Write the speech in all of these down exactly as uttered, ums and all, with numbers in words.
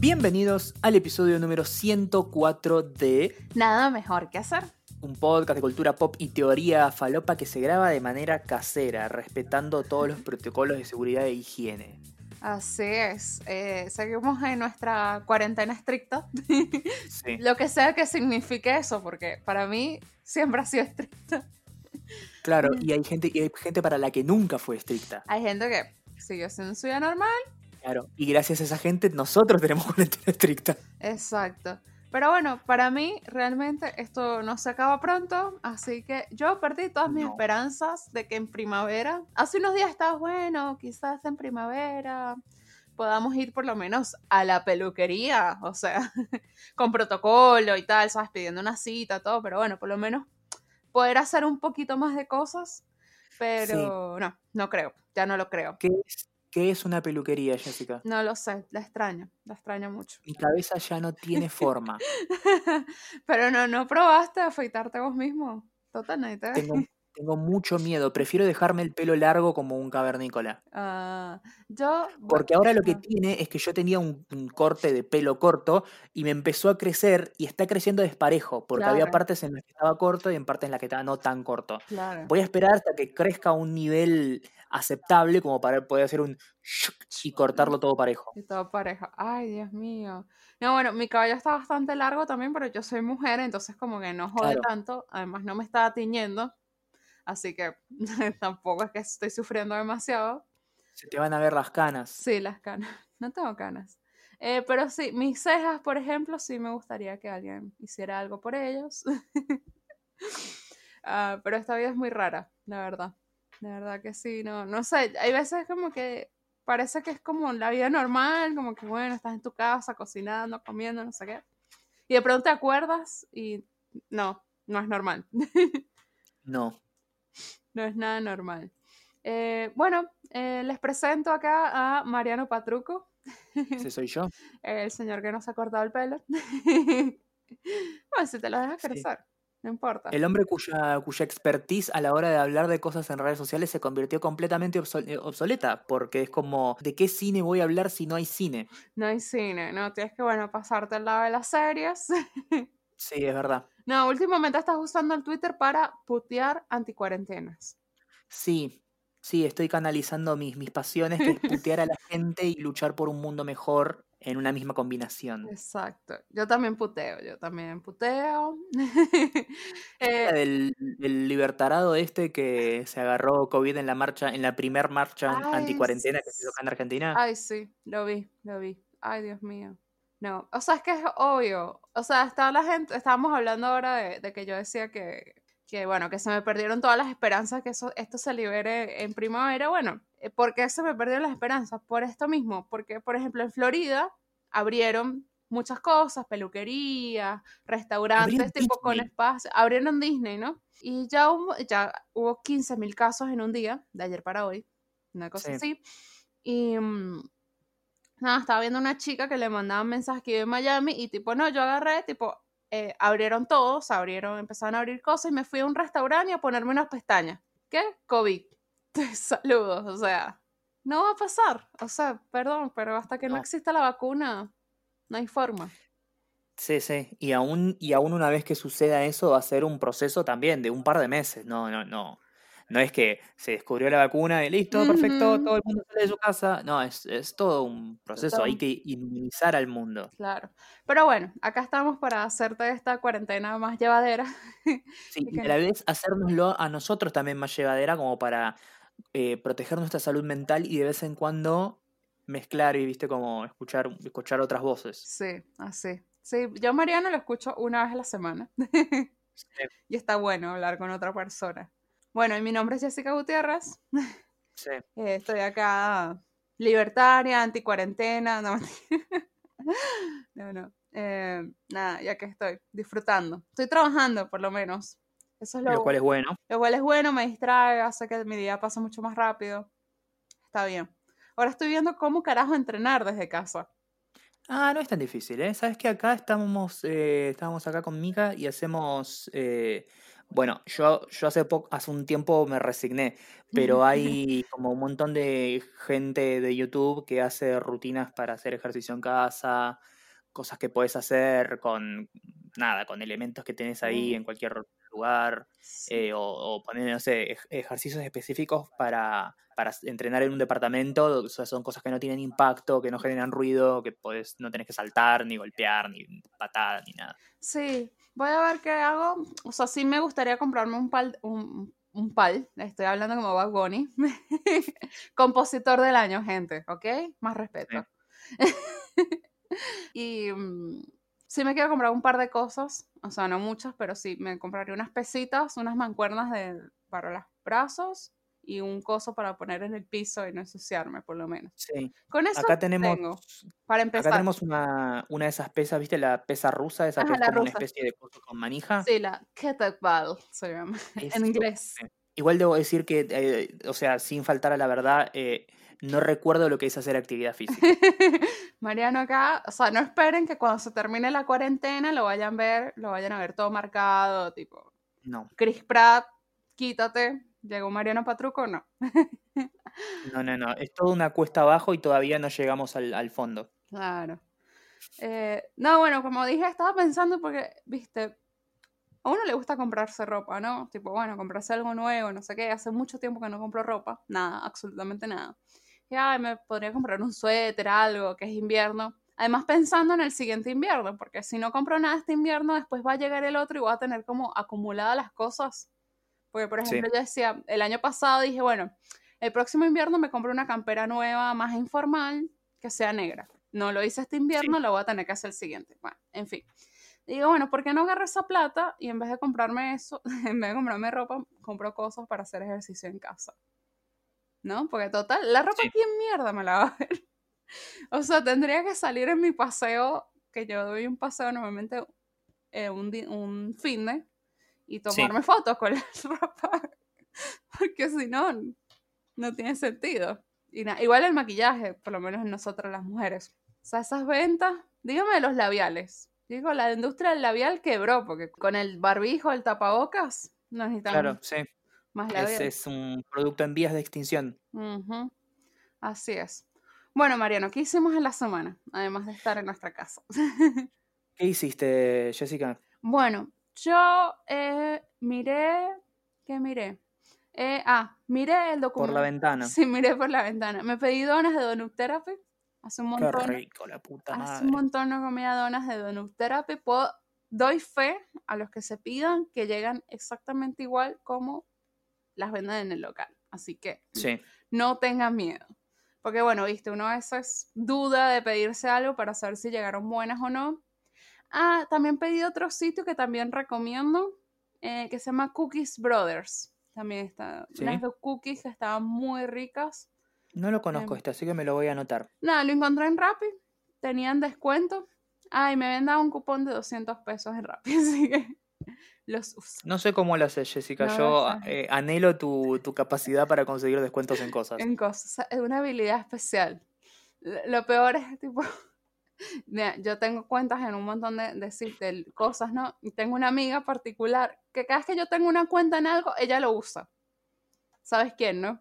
Bienvenidos al episodio número ciento cuatro de Nada mejor que hacer. un podcast de cultura pop y teoría falopa que se graba de manera casera, respetando todos los protocolos de seguridad e higiene. Así es. Eh, seguimos en nuestra cuarentena estricta. Sí. Lo que sea que signifique eso, porque para mí siempre ha sido estricta. Claro, y hay gente, y hay gente para la que nunca fue estricta. Hay gente que sigue siendo su vida normal. Claro, y gracias a esa gente nosotros tenemos cuarentena estricta. Exacto. Pero bueno, para mí realmente esto no se acaba pronto, así que yo perdí todas mis No. esperanzas de que en primavera, hace unos días estaba bueno, quizás en primavera podamos ir por lo menos a la peluquería, o sea, con protocolo y tal, sabes, pidiendo una cita, todo, pero bueno, por lo menos poder hacer un poquito más de cosas, pero no, no creo, ya no lo creo. ¿Qué es, qué es una peluquería, Jessica? No lo sé, la extraño, la extraño mucho. Mi cabeza ya no tiene forma. Pero no, no probaste afeitarte vos mismo. Total, nadie te ve. Tengo, tengo mucho miedo. Prefiero dejarme el pelo largo como un cavernícola. Ah, yo, bueno, Porque ahora lo que ajá, tiene es que yo tenía un, un corte de pelo corto y me empezó a crecer y está creciendo desparejo, porque había claro, partes en las que estaba corto y en partes en las que estaba no tan corto. claro. Voy a esperar hasta que crezca a un nivel aceptable como para poder hacer un shuck y cortarlo todo parejo. Y todo pareja. Ay, Dios mío. No, bueno, mi cabello está bastante largo también, pero yo soy mujer, entonces como que no jode Claro, tanto. Además, no me estaba tiñendo, así que tampoco es que estoy sufriendo demasiado. se te van a ver las canas. Sí, las canas. No tengo canas. Eh, pero sí, mis cejas, por ejemplo, sí me gustaría que alguien hiciera algo por ellos. Ah, pero esta vida es muy rara, la verdad. La verdad que sí, no, no sé, hay veces como que parece que es como la vida normal, como que bueno, estás en tu casa cocinando, comiendo, no sé qué. Y de pronto te acuerdas y no, no es normal. No, No es nada normal. Eh, bueno, eh, les presento acá a Mariano Patruco, ese soy yo. el señor que nos ha cortado el pelo. Bueno, si te lo dejas Sí. crecer, no importa. El hombre cuya, cuya expertise a la hora de hablar de cosas en redes sociales se convirtió completamente obsol- eh, obsoleta, porque es como, ¿de qué cine voy a hablar si no hay cine? No hay cine, no tienes que, bueno, pasarte al lado de las series. Sí, es verdad. No, últimamente estás usando el Twitter para putear anticuarentenas. Sí, sí, estoy canalizando mis, mis pasiones, que es putear a la gente y luchar por un mundo mejor en una misma combinación. Exacto. Yo también puteo, yo también puteo. ¿Viste la Eh, del, del libertarado este que se agarró COVID en la marcha, en la primer marcha an- ay, anticuarentena que se hizo s- acá en Argentina? ay, sí, lo vi, lo vi. Ay, Dios mío. No, o sea, es que es obvio. O sea, está la gente, estábamos hablando ahora de, de que yo decía que, que, bueno, que se me perdieron todas las esperanzas que eso, esto se libere en primavera. Bueno, eh, ¿por qué se me perdieron las esperanzas? Por esto mismo, porque, por ejemplo, en Florida abrieron muchas cosas, peluquerías, Abrió restaurantes tipo con Disney. espacio, abrieron Disney, ¿no? Y ya hubo, ya hubo quince mil casos en un día, de ayer para hoy, una cosa Sí. así. Y mm, nada, estaba viendo una chica que le mandaban mensajes que iba en Miami y tipo, no, yo agarré, tipo, eh, abrieron todos, abrieron, empezaron a abrir cosas y me fui a un restaurante y a ponerme unas pestañas. ¿Qué? COVID. Saludos, o sea, no va a pasar. O sea, perdón, pero hasta que no No. exista la vacuna, no hay forma. Sí, sí. Y aún, y aún una vez que suceda eso, va a ser un proceso también de un par de meses. No, no, no. No es que se descubrió la vacuna y listo, perfecto, Ujú, todo el mundo sale de su casa. No, es, es todo un proceso. Hay total, que inmunizar al mundo. claro. Pero bueno, acá estamos para hacerte esta cuarentena más llevadera. Sí, Y y que a la vez hacérnoslo a nosotros también más llevadera como para eh, proteger nuestra salud mental y de vez en cuando mezclar y, viste, como escuchar, escuchar otras voces. sí, así. Sí, yo a Mariano lo escucho una vez a la semana. Sí, Y está bueno hablar con otra persona. Bueno, y mi nombre es Jessica Gutiérrez. sí. Eh, estoy acá libertaria, anticuarentena. No, no, no. Eh, nada, ya que estoy disfrutando. Estoy trabajando, por lo menos. Eso es Lo cual lo, es bueno. lo cual es bueno, me distrae, hace que mi día pase mucho más rápido. Está bien. Ahora estoy viendo cómo carajo entrenar desde casa. Ah, no es tan difícil, ¿eh? Sabes que acá estamos, eh, estábamos acá con Mika y hacemos, eh, bueno, yo, yo hace poco, hace un tiempo me resigné, pero hay como un montón de gente de YouTube que hace rutinas para hacer ejercicio en casa, cosas que podés hacer con, nada, con elementos que tenés ahí Mm, en cualquier lugar, sí. eh, o, o poner, no sé, ej- ejercicios específicos para, para s- entrenar en un departamento, o sea, son cosas que no tienen impacto, que no generan ruido, que podés, no tenés que saltar, ni golpear, ni patada, ni nada. Sí, voy a ver qué hago. O sea, sí me gustaría comprarme un pal, un, un pal. Estoy hablando como Bad Bunny. Compositor del año, gente, ¿ok? Más Sí. respeto. Y mm, sí me quiero comprar un par de cosas. O sea, no muchas, pero sí me compraría unas pesitas, unas mancuernas de, para los brazos y un coso para poner en el piso y no ensuciarme, por lo menos. Sí. Con eso Acá tenemos, tengo, para acá empezar. tenemos una, una de esas pesas, ¿viste? La pesa rusa, esa que Ajá, es la como una rusa. especie de coso con manija. Sí, la kettlebell se llama en Eso. inglés. Sí. Igual debo decir que, eh, o sea, sin faltar a la verdad, eh, no recuerdo lo que es hacer actividad física. Mariano acá, o sea, no esperen que cuando se termine la cuarentena lo vayan a ver, lo vayan a ver todo marcado, tipo, No, Chris Pratt, quítate, llegó Mariano Patruco, no. no, no, no. Es toda una cuesta abajo y todavía no llegamos al, al fondo. Claro. Eh, no, bueno, como dije, estaba pensando porque, viste, a uno le gusta comprarse ropa, ¿no? Tipo, bueno, comprarse algo nuevo, no sé qué. Hace mucho tiempo que no compro ropa, nada, absolutamente nada. Y, ay, me podría comprar un suéter, algo, que es invierno. Además, pensando en el siguiente invierno, porque si no compro nada este invierno, después va a llegar el otro y voy a tener como acumuladas las cosas. Porque, por Sí, ejemplo, yo decía, el año pasado dije, bueno, el próximo invierno me compro una campera nueva, más informal, que sea negra. No lo hice este sí. invierno, lo voy a tener que hacer el siguiente. Bueno, en fin. Digo, bueno, ¿por qué no agarro esa plata y en vez de comprarme eso, en vez de comprarme ropa, compro cosas para hacer ejercicio en casa? ¿No? Porque total, la ropa Sí, aquí en mierda me la va a ver. O sea, tendría que salir en mi paseo, que yo doy un paseo normalmente eh, un, di- un finde, y sí, tomarme fotos con la ropa, porque si no, no tiene sentido. Y na- igual el maquillaje, por lo menos en nosotras las mujeres. O sea, esas ventas, dígame los labiales. Digo, la industria del labial quebró, porque con el barbijo, el tapabocas, no necesitamos claro, sí. más Es, labial. es un producto en vías de extinción. Ujú, así es. Bueno, Mariano, ¿qué hicimos en la semana? Además de estar en nuestra casa. ¿Qué hiciste, Jessica? Bueno, yo eh, miré, ¿qué miré? Eh, ah, miré el Por la documental. ventana. Sí, miré por la ventana. Me pedí donas de Donut Therapy. Hace un Qué montón, rico, la puta hace un madre. montón no comía donas de Donut Therapy. Puedo, doy fe a los que se pidan que llegan exactamente igual como las venden en el local. Así que Sí, no tengan miedo. Porque bueno, viste, uno a veces duda de pedirse algo para saber si llegaron buenas o no. Ah, también pedí otro sitio que también recomiendo, eh, que se llama Cookies Brothers. También está, unas sí. dos cookies que estaban muy ricas. No lo Eh, conozco este, así que me lo voy a anotar. nada, lo encontré en Rappi, tenían descuento. Ay, me habían dado un cupón de doscientos pesos en Rappi, así que los uso. No sé cómo lo haces, Jessica. No lo Yo sé. eh, anhelo tu, tu capacidad para conseguir descuentos en cosas. En cosas, es una habilidad especial. Lo lo peor es tipo, mira, yo tengo cuentas en un montón de, de, sit- de cosas, ¿no? Y tengo una amiga particular que cada vez que yo tengo una cuenta en algo, ella lo usa. ¿Sabes quién, no?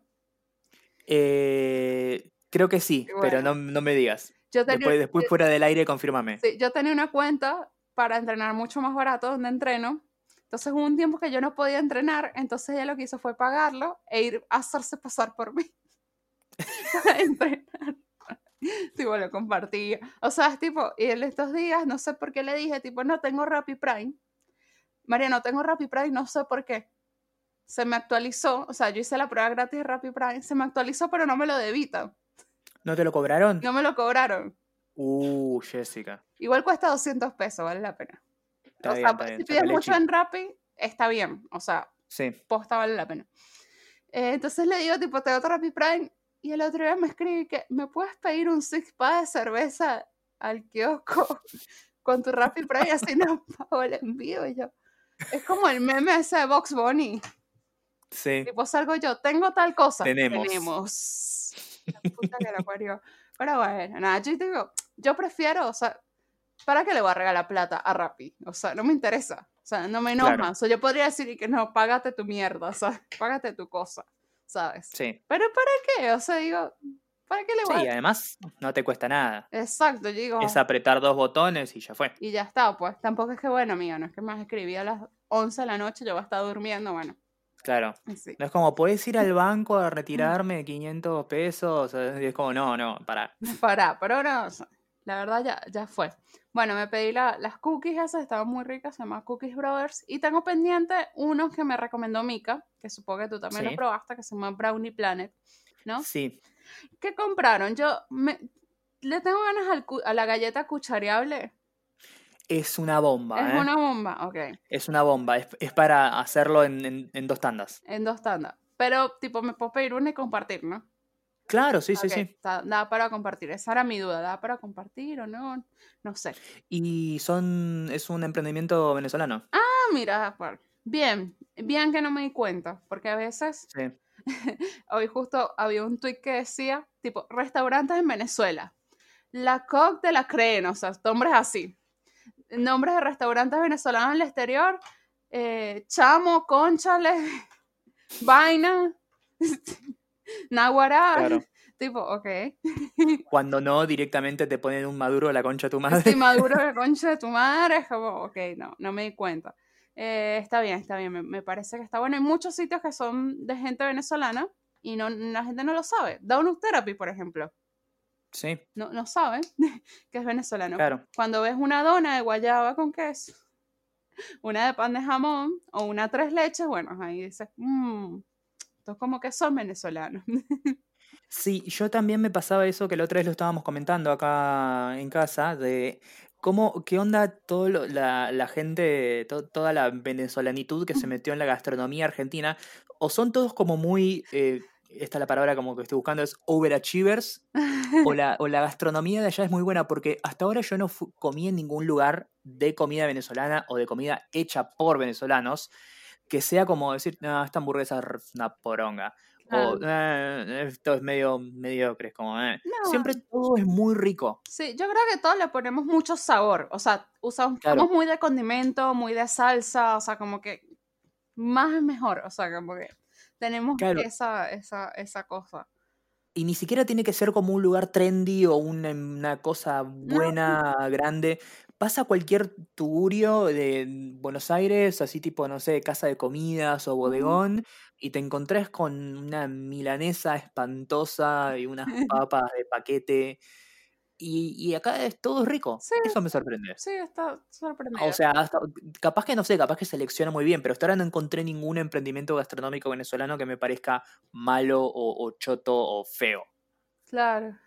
Eh, creo que sí, Y pero bueno, no, no me digas. yo tenía, Después, después yo, fuera del aire, confírmame. sí, yo tenía una cuenta para entrenar mucho más barato donde entreno. Entonces hubo un tiempo que yo no podía entrenar, entonces ella lo que hizo fue pagarlo e ir a hacerse pasar por mí para entrenar. Tipo, lo compartía. O sea, es tipo, y en estos días, no sé por qué le dije, tipo, no tengo Rappi Prime. María, no tengo Rappi Prime, no sé por qué. Se me actualizó, o sea, yo hice la prueba gratis de Rappi Prime, se me actualizó, pero no me lo debitan. ¿No te lo cobraron? No me lo cobraron. Uh, Jessica. Igual cuesta doscientos pesos, vale la pena. Está O bien, sea, está si bien. pides Sácale el mucho chip. en Rappi, está bien. O sea, Sí. posta vale la pena. Eh, entonces le digo, tipo, te doy Rappi Prime. Y el otro día me escribe que, ¿me puedes pedir un six pack de cerveza al kiosco con tu Rappi Prime? Así no pago el envío. Y yo, es como el meme ese de Box Bunny. Sí. Tipo, salgo yo, tengo tal cosa. Tenemos. Tenemos. La puta que la parió. Pero bueno, nada, yo digo, yo prefiero, o sea, ¿para qué le voy a regalar plata a Rappi? O sea, no me interesa. O sea, no me enoja. Claro. O sea, yo podría decir que no, págate tu mierda, o sea, págate tu cosa, ¿sabes? Sí. Pero ¿para qué? O sea, digo, ¿Para qué le voy Sí, a...? además no te cuesta nada. Exacto, yo digo... Es apretar dos botones y ya fue. Y ya está, pues. Tampoco es que, bueno, amigo, no es que me escribí a las once de la noche, yo voy a estar durmiendo, bueno. Claro. Sí. No es como, ¿puedes ir al banco a retirarme quinientos pesos? Y es como, no, no, pará. Pará, pero ahora, la verdad ya, ya fue. Bueno, me pedí la, las cookies esas, estaban muy ricas, se llama Cookies Brothers. Y tengo pendiente unos que me recomendó Mika, que supongo que tú también Sí. lo probaste, que se llama Brownie Planet, ¿no? Sí. ¿Qué compraron? Yo me, le tengo ganas al cu- a la galleta cuchareable. Es una bomba, Es ¿eh? una bomba, ok. Es una bomba. Es, es para hacerlo en, en- en dos tandas. En dos tandas. Pero, tipo, me puedo pedir una y compartir, ¿no? Claro, sí, sí, Ok, sí. da, da para compartir. Esa era mi duda. ¿Da para compartir o no? No sé. Y son, es un emprendimiento venezolano. Ah, mira, par- bien. Bien que no me di cuenta. Porque a veces, Sí. hoy justo había un tweet que decía, tipo, restaurantes en Venezuela. La Coque de la Creen, o sea, nombres así. Nombres de restaurantes venezolanos en el exterior. eh, Chamo, Cónchale, Vaina, Naguará. Claro. Tipo, ok. Cuando no, directamente te ponen un maduro a la concha de tu madre. Si Maduro de concha de tu madre, es como, ok, no, no me di cuenta. Eh, está bien, está bien, me, me parece que está bueno. Hay muchos sitios que son de gente venezolana y no, la gente no lo sabe. Download Therapy, por ejemplo, Sí, no, no sabe que es venezolano. claro. Cuando ves una dona de guayaba con queso, una de pan de jamón o una tres leches, bueno, ahí dices, mmm, esto es como que son venezolanos. Sí, yo también me pasaba eso que la otra vez lo estábamos comentando acá en casa, de cómo, qué onda todo lo- la, la gente, to- toda la venezolanitud que se metió en la gastronomía argentina, o son todos como muy, eh, esta es la palabra como que estoy buscando, es overachievers, o la, o la gastronomía de allá es muy buena, porque hasta ahora yo no fu- comí en ningún lugar de comida venezolana o de comida hecha por venezolanos que sea como decir, no, esta hamburguesa es una poronga. O Claro. "Eh, esto es medio mediocre, es como, eh". No, Siempre todo es muy rico. sí, yo creo que todos le ponemos mucho sabor, o sea, usamos, somos Claro, muy de condimento, muy de salsa, o sea, como que más es mejor, o sea, como que tenemos claro. esa, esa, esa cosa. Y ni siquiera tiene que ser como un lugar trendy o una, una cosa No, buena, grande. Pasa a cualquier tugurio de Buenos Aires, así tipo, no sé, casa de comidas o mm, bodegón, y te encontrás con una milanesa espantosa y unas papas de paquete. Y, y acá es todo rico. sí, Eso me sorprende. sí, está O sorprendido. sea, hasta- capaz que no sé, capaz que selecciona muy bien, pero hasta ahora no encontré ningún emprendimiento gastronómico venezolano que me parezca malo o, o choto o feo. Claro.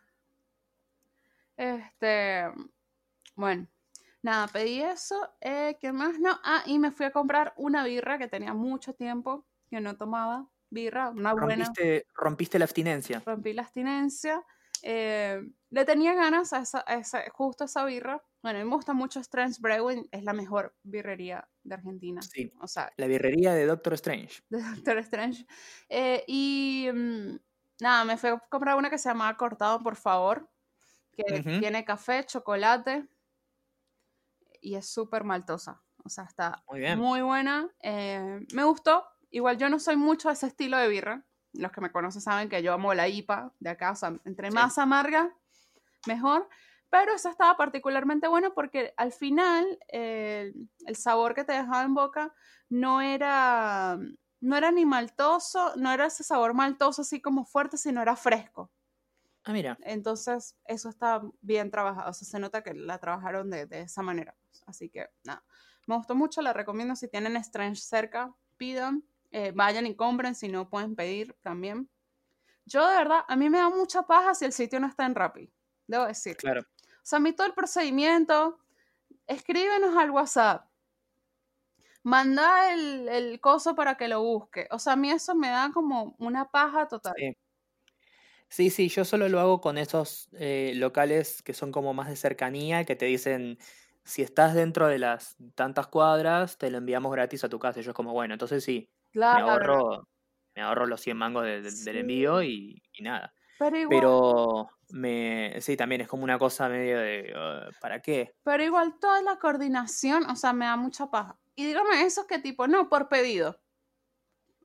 Este, bueno, nada, pedí eso. Eh, ¿qué más? No, ah, y me fui a comprar una birra que tenía mucho tiempo que no tomaba. Birra, una buena. Rompiste, rompiste la abstinencia. Rompí la abstinencia. Eh, le tenía ganas a esa, a esa- justo a esa birra. Bueno, a mí me gusta mucho Strange Brewing, es la mejor birrería de Argentina. Sí. O sea, La birrería de Doctor Strange. de Doctor Strange. Eh, y mm, nada, me fui a comprar una que se llama Cortado, por favor, que Ujú. tiene café, chocolate y es súper maltosa. O sea, está Muy bien. muy buena. Eh, me gustó. Igual yo no soy mucho de ese estilo de birra. Los que me conocen saben que yo amo la I P A de acá. O sea, entre Sí. más amarga, mejor. Pero esa estaba particularmente buena porque al final eh, el sabor que te dejaba en boca no era, no era ni maltoso, no era ese sabor maltoso así como fuerte, sino era fresco. Ah, mira. Entonces, eso está bien trabajado. O sea, se nota que la trabajaron de, de esa manera. Así que, nada. Me gustó mucho, la recomiendo. Si tienen Strange cerca, pidan. Eh, vayan y compren. Si no, pueden pedir también. Yo, de verdad, a mí me da mucha paja si el sitio no está en Rappi. Debo decir. Claro. O sea, a mí todo el procedimiento. Escríbenos al WhatsApp. Manda el, el coso para que lo busque. O sea, a mí eso me da como una paja total. Sí. Sí, sí, yo solo lo hago con esos eh, locales que son como más de cercanía, que te dicen, si estás dentro de las tantas cuadras, te lo enviamos gratis a tu casa. Y yo es como, bueno, entonces sí, me Claro. ahorro, me ahorro los cien mangos de- de- del Sí. envío y, y nada. Pero igual. Pero me, sí, también es como una cosa medio de, "Uh, ¿para qué?". Pero igual toda la coordinación, o sea, me da mucha paja. Y dígame eso que tipo, no, por pedido.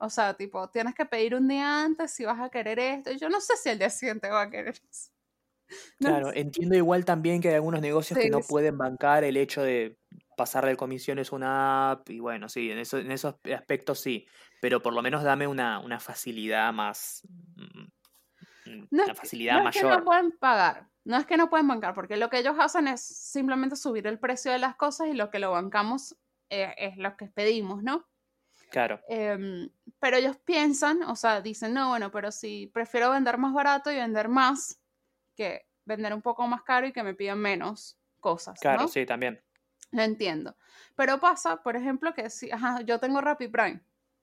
O sea, tipo, tienes que pedir un día antes si vas a querer esto. Y yo no sé si el día siguiente va a querer eso. No Claro, sé. entiendo igual también que hay algunos negocios que Sí, no sí. pueden bancar el hecho de pasarle comisiones a una app y bueno, sí, en eso, en esos aspectos sí, pero por lo menos dame una, una facilidad más, mm, mm, No es una que, facilidad no es que no mayor. pueden pagar, no es que no pueden bancar, porque lo que ellos hacen es simplemente subir el precio de las cosas y lo que lo bancamos eh, es lo que pedimos, ¿no? Claro, Em, pero ellos piensan, o sea, dicen, no, bueno, pero si prefiero vender más barato y vender más que vender un poco más caro y que me pidan menos cosas, claro, ¿no? sí, también. Lo entiendo. Pero pasa, por ejemplo, que si, ajá, yo tengo Rappi Prime,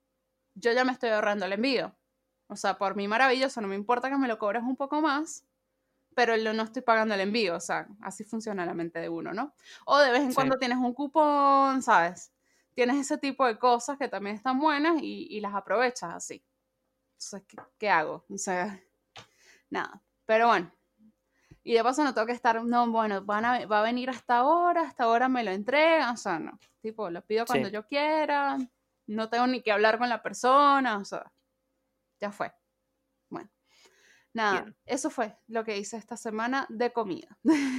yo ya me estoy ahorrando el envío. O sea, por mí maravilloso, no me importa que me lo cobres un poco más, pero lo- no estoy pagando el envío, o sea, así funciona la mente de uno, ¿no? O de vez en Sí. cuando tienes un cupón, ¿sabes? Tienes ese tipo de cosas que también están buenas y, y las aprovechas así. Entonces, ¿qué, qué hago? O sea, nada. Pero bueno, y de paso no tengo que estar, no, bueno, van a, va a venir hasta ahora, hasta ahora me lo entregan, o sea, no. Tipo, lo pido cuando Sí, yo quiera, no tengo ni que hablar con la persona, o sea, ya fue. Bueno, nada, bien. eso fue lo que hice esta semana de comida.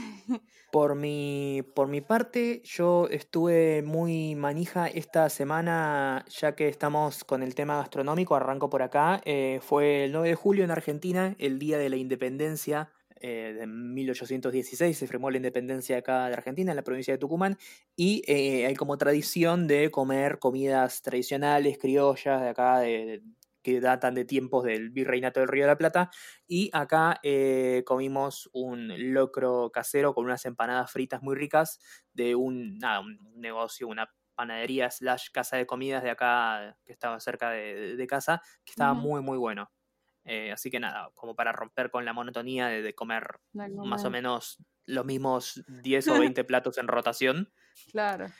Por mi, por mi parte, yo estuve muy manija esta semana, ya que estamos con el tema gastronómico, arranco por acá. Eh, fue el nueve de julio en Argentina, el día de la independencia eh, de mil ochocientos dieciséis, se firmó la independencia acá de Argentina, en la provincia de Tucumán, y eh, hay como tradición de comer comidas tradicionales, criollas, de acá, de, que datan de tiempos del virreinato del Río de la Plata. Y acá eh, comimos un locro casero con unas empanadas fritas muy ricas de un, nada, un negocio, una panadería slash casa de comidas de acá que estaba cerca de, de casa, que estaba Ujú, muy muy bueno. Eh, así que nada, como para romper con la monotonía de, de comer de más o comer. menos los mismos diez o veinte platos en rotación. Claro.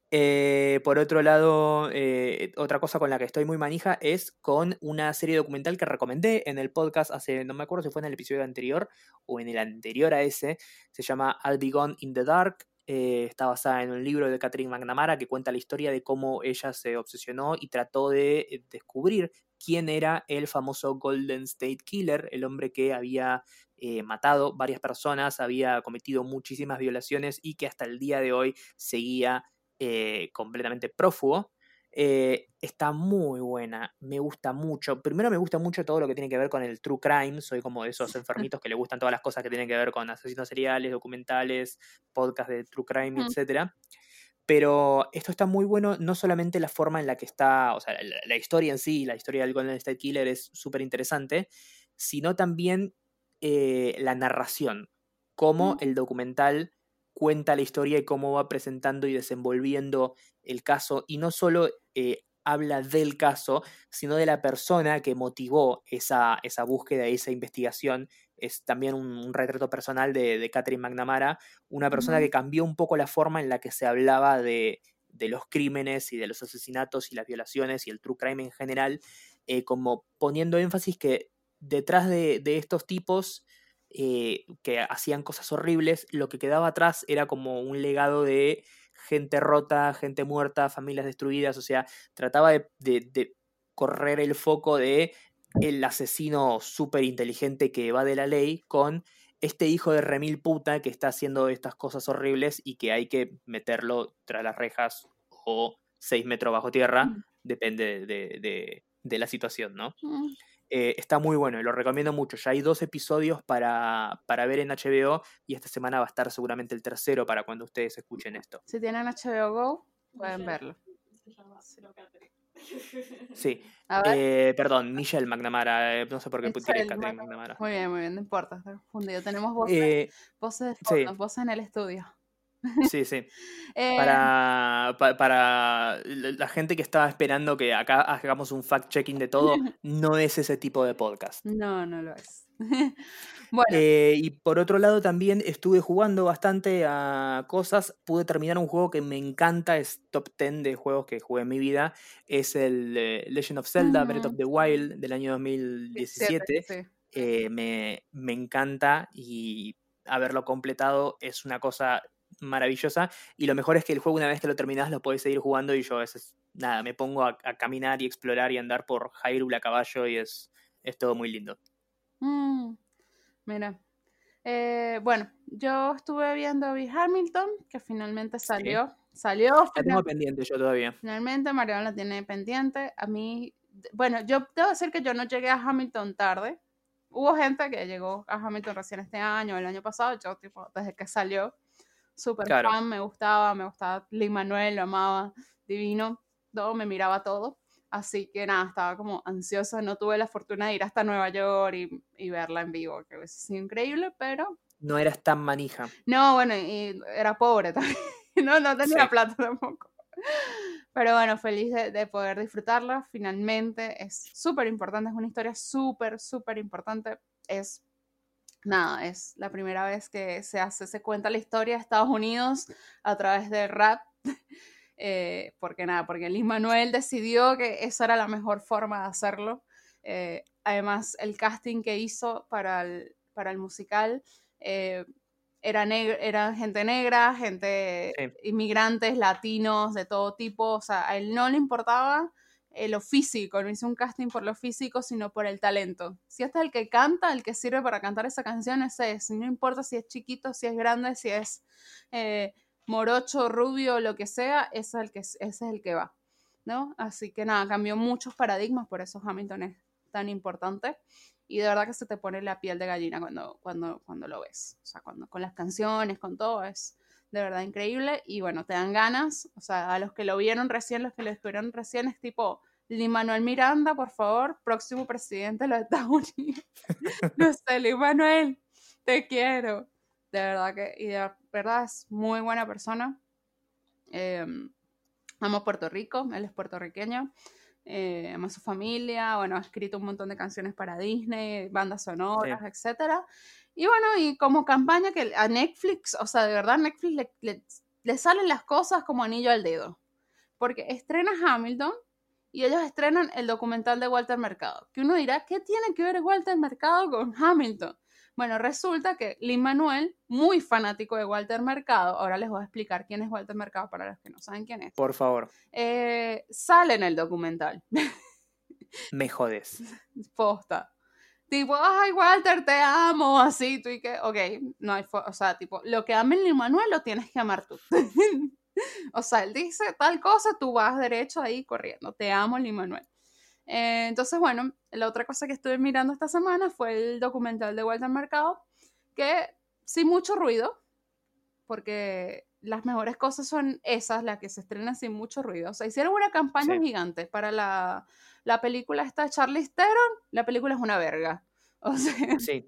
Eh, por otro lado, eh, otra cosa con la que estoy muy manija es con una serie documental que recomendé en el podcast hace, no me acuerdo si fue en el episodio anterior o en el anterior a ese, se llama I'll Be Gone in the Dark. Eh, está basada en un libro de Catherine McNamara que cuenta la historia de cómo ella se obsesionó y trató de eh, descubrir quién era el famoso Golden State Killer, el hombre que había eh, matado varias personas, había cometido muchísimas violaciones y que hasta el día de hoy seguía eh, completamente prófugo. Eh, está muy buena, me gusta mucho. Primero me gusta mucho todo lo que tiene que ver con el true crime, soy como de esos enfermitos que le gustan todas las cosas que tienen que ver con asesinos seriales, documentales, podcast de true crime, Ujú, etcétera. Pero esto está muy bueno, no solamente la forma en la que está, o sea, la, la historia en sí, la historia del Golden State Killer es súper interesante, sino también eh, la narración, cómo ujú, el documental cuenta la historia y cómo va presentando y desenvolviendo el caso, y no solo eh, habla del caso, sino de la persona que motivó esa, esa búsqueda, esa investigación. Es también un, un retrato personal de, de Catherine McNamara, una persona ujú. que cambió un poco la forma en la que se hablaba de, de los crímenes y de los asesinatos y las violaciones y el true crime en general, eh, como poniendo énfasis que detrás de, de estos tipos eh, que hacían cosas horribles, lo que quedaba atrás era como un legado de gente rota, gente muerta, familias destruidas, o sea, trataba de, de, de correr el foco de el asesino súper inteligente que va de la ley con este hijo de remil puta que está haciendo estas cosas horribles y que hay que meterlo tras las rejas o seis metros bajo tierra, depende de, de, de la situación, ¿no? Ujú. Eh, está muy bueno y lo recomiendo mucho. Ya hay dos episodios para, para ver en H B O y esta semana va a estar seguramente el tercero para cuando ustedes escuchen esto. Si tienen H B O Go, pueden verlo. Sí, A ver, eh, perdón, Michelle McNamara, eh, no sé por qué tiré Michelle, Catherine bueno, McNamara. muy bien, muy bien, no importa, está confundido. Tenemos voces, Eh, voces de sí, fondo, voces en el estudio. sí, sí. Eh, Para, pa- para la la gente que estaba esperando que acá hagamos un fact-checking de todo, no es ese tipo de podcast. no, no lo es. Bueno, Eh, y por otro lado también estuve jugando bastante a cosas, pude terminar un juego que me encanta, es top diez de juegos que jugué en mi vida, es el eh, Legend of Zelda Breath of mm, the Wild del año dos mil diecisiete, diecisiete. sí. Eh, me, me encanta y haberlo completado es una cosa maravillosa y lo mejor es que el juego una vez que lo terminás lo podés seguir jugando y yo a veces nada, me pongo a, a caminar y explorar y andar por Hyrule a caballo y es, es todo muy lindo. Mm, mira. Eh, bueno, yo estuve viendo Big Hamilton, que finalmente salió. Sí. Salió. La Final, tengo pendiente yo todavía. Finalmente, Mariana la tiene pendiente. A mí, bueno, yo debo decir que yo no llegué a Hamilton tarde. Hubo gente que llegó a Hamilton recién este año, el año pasado. Yo, tipo, desde que salió, súper Claro. fan, me gustaba, me gustaba Lin-Manuel, lo amaba, divino, todo, me miraba todo. Así que nada, estaba como ansiosa, no tuve la fortuna de ir hasta Nueva York y, y verla en vivo, que hubiese sido increíble, pero... No eras tan manija. No, bueno, y era pobre también, no, no tenía Sí. plata tampoco. Pero bueno, feliz de, de poder disfrutarla, finalmente, es súper importante, es una historia súper, súper importante, es... Nada, es la primera vez que se hace, se cuenta la historia de Estados Unidos a través del rap. Eh, porque nada, porque Lin-Manuel decidió que esa era la mejor forma de hacerlo. Eh, además, el casting que hizo para el, para el musical eh, era, era gente negra, gente Sí. inmigrantes, latinos, de todo tipo. O sea, a él no le importaba eh, lo físico, no hizo un casting por lo físico, sino por el talento. Si este es el que canta, el que sirve para cantar esa canción, ese es. No importa si es chiquito, si es grande, si es... Eh, morocho, rubio, lo que sea, ese es el que, ese es el que va, ¿no? Así que nada, cambió muchos paradigmas, por eso Hamilton es tan importante y de verdad que se te pone la piel de gallina cuando, cuando, cuando lo ves, o sea, cuando, con las canciones, con todo, es de verdad increíble y bueno, te dan ganas, o sea, a los que lo vieron recién, los que lo estuvieron recién, es tipo, Lin-Manuel Miranda, por favor, próximo presidente de los Estados Unidos. No sé, Lin-Manuel, te quiero. De verdad que, y de verdad es muy buena persona. Eh, amo Puerto Rico, él es puertorriqueño. Eh, ama a su familia, bueno, ha escrito un montón de canciones para Disney, bandas sonoras, sí. etcétera. Y bueno, y como campaña que a Netflix, o sea, de verdad Netflix le, le, le salen las cosas como anillo al dedo. Porque estrena Hamilton y ellos estrenan el documental de Walter Mercado. Que uno dirá, ¿qué tiene que ver Walter Mercado con Hamilton? Bueno, resulta que Lin-Manuel, muy fanático de Walter Mercado, ahora les voy a explicar quién es Walter Mercado para los que no saben quién es. Por favor. Eh, sale en el documental. Me jodes. Posta. Tipo, ay, Walter, te amo, así, tú y que, ok, no hay, o sea, tipo, lo que amen Lin-Manuel lo tienes que amar tú. O sea, él dice tal cosa, tú vas derecho ahí corriendo. Te amo, Lin-Manuel. Eh, entonces, bueno, la otra cosa que estuve mirando esta semana fue el documental de Walter Mercado, que sin mucho ruido, porque las mejores cosas son esas, las que se estrenan sin mucho ruido. O sea, hicieron una campaña sí. gigante para la, la película esta de Charlize Theron. La película es una verga. O sea, sí.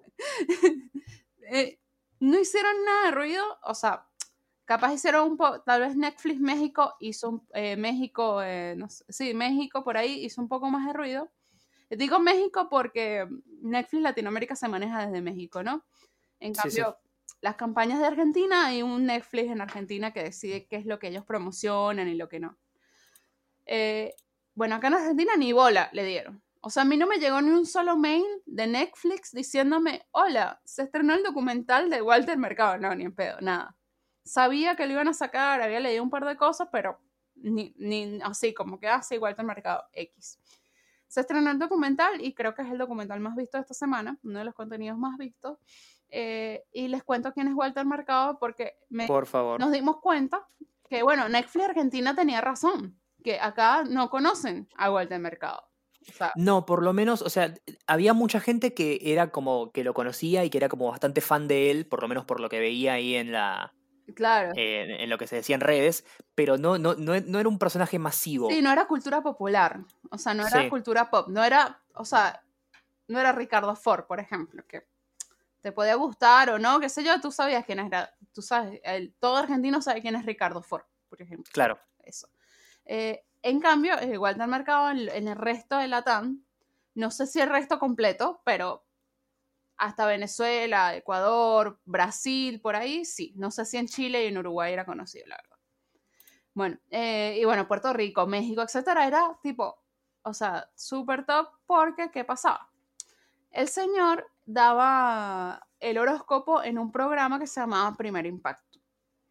eh, no hicieron nada de ruido, o sea, capaz hicieron un poco, tal vez Netflix México hizo un, eh, México, eh, no sé, sí, México por ahí hizo un poco más de ruido. Digo México porque Netflix Latinoamérica se maneja desde México, ¿no? En cambio, sí, sí. las campañas de Argentina, hay un Netflix en Argentina que decide qué es lo que ellos promocionan y lo que no. Eh, bueno, acá en Argentina ni bola le dieron. O sea, a mí no me llegó ni un solo mail de Netflix diciéndome, hola, se estrenó el documental de Walter Mercado. No, ni en pedo, nada. Sabía que lo iban a sacar, había leído un par de cosas, pero ni, ni así, como que así, Walter Mercado X. Se estrenó el documental y creo que es el documental más visto de esta semana, uno de los contenidos más vistos. Eh, y les cuento quién es Walter Mercado porque me, Por favor. nos dimos cuenta que, bueno, Netflix Argentina tenía razón, que acá no conocen a Walter Mercado. O sea, no, por lo menos, o sea, había mucha gente que era como que lo conocía y que era como bastante fan de él, por lo menos por lo que veía ahí en la, claro. Eh, en lo que se decía en redes, pero no, no, no, no era un personaje masivo. Sí, no era cultura popular, o sea, no era sí. cultura pop, no era, o sea, no era Ricardo Ford, por ejemplo, que te podía gustar o no, qué sé yo, tú sabías quién era, tú sabes, el, todo argentino sabe quién es Ricardo Ford, por ejemplo. Claro. Eso. Eh, en cambio, Walter Mercado en, en el resto de Latam, no sé si el resto completo, pero hasta Venezuela, Ecuador, Brasil, por ahí, sí. No sé si en Chile y en Uruguay era conocido, la verdad. Bueno, eh, y bueno, Puerto Rico, México, etcétera, era tipo, o sea, súper top porque, ¿qué pasaba? El señor daba el horóscopo en un programa que se llamaba Primer Impacto.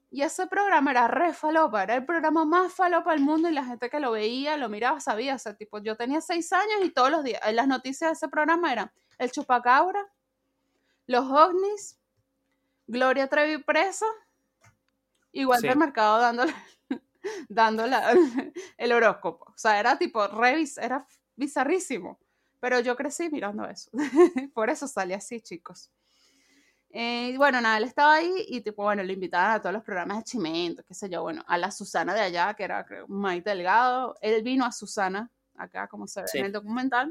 Y ese programa era re falopa, era el programa más falopa del mundo y la gente que lo veía, lo miraba, sabía. O sea, tipo, yo tenía seis años y todos los días, las noticias de ese programa eran el chupacabra, los ovnis, Gloria Trevi presa, igual Sí. del mercado dándole, dándole el horóscopo. O sea, era tipo, re, era bizarrísimo. Pero yo crecí mirando eso. Por eso salí así, chicos. Eh, y bueno, nada, él estaba ahí y tipo, bueno, lo invitaban a todos los programas de Chimento, qué sé yo, bueno, a la Susana de allá, que era creo, Maite Delgado, él vino a Susana, acá como se ve Sí. en el documental,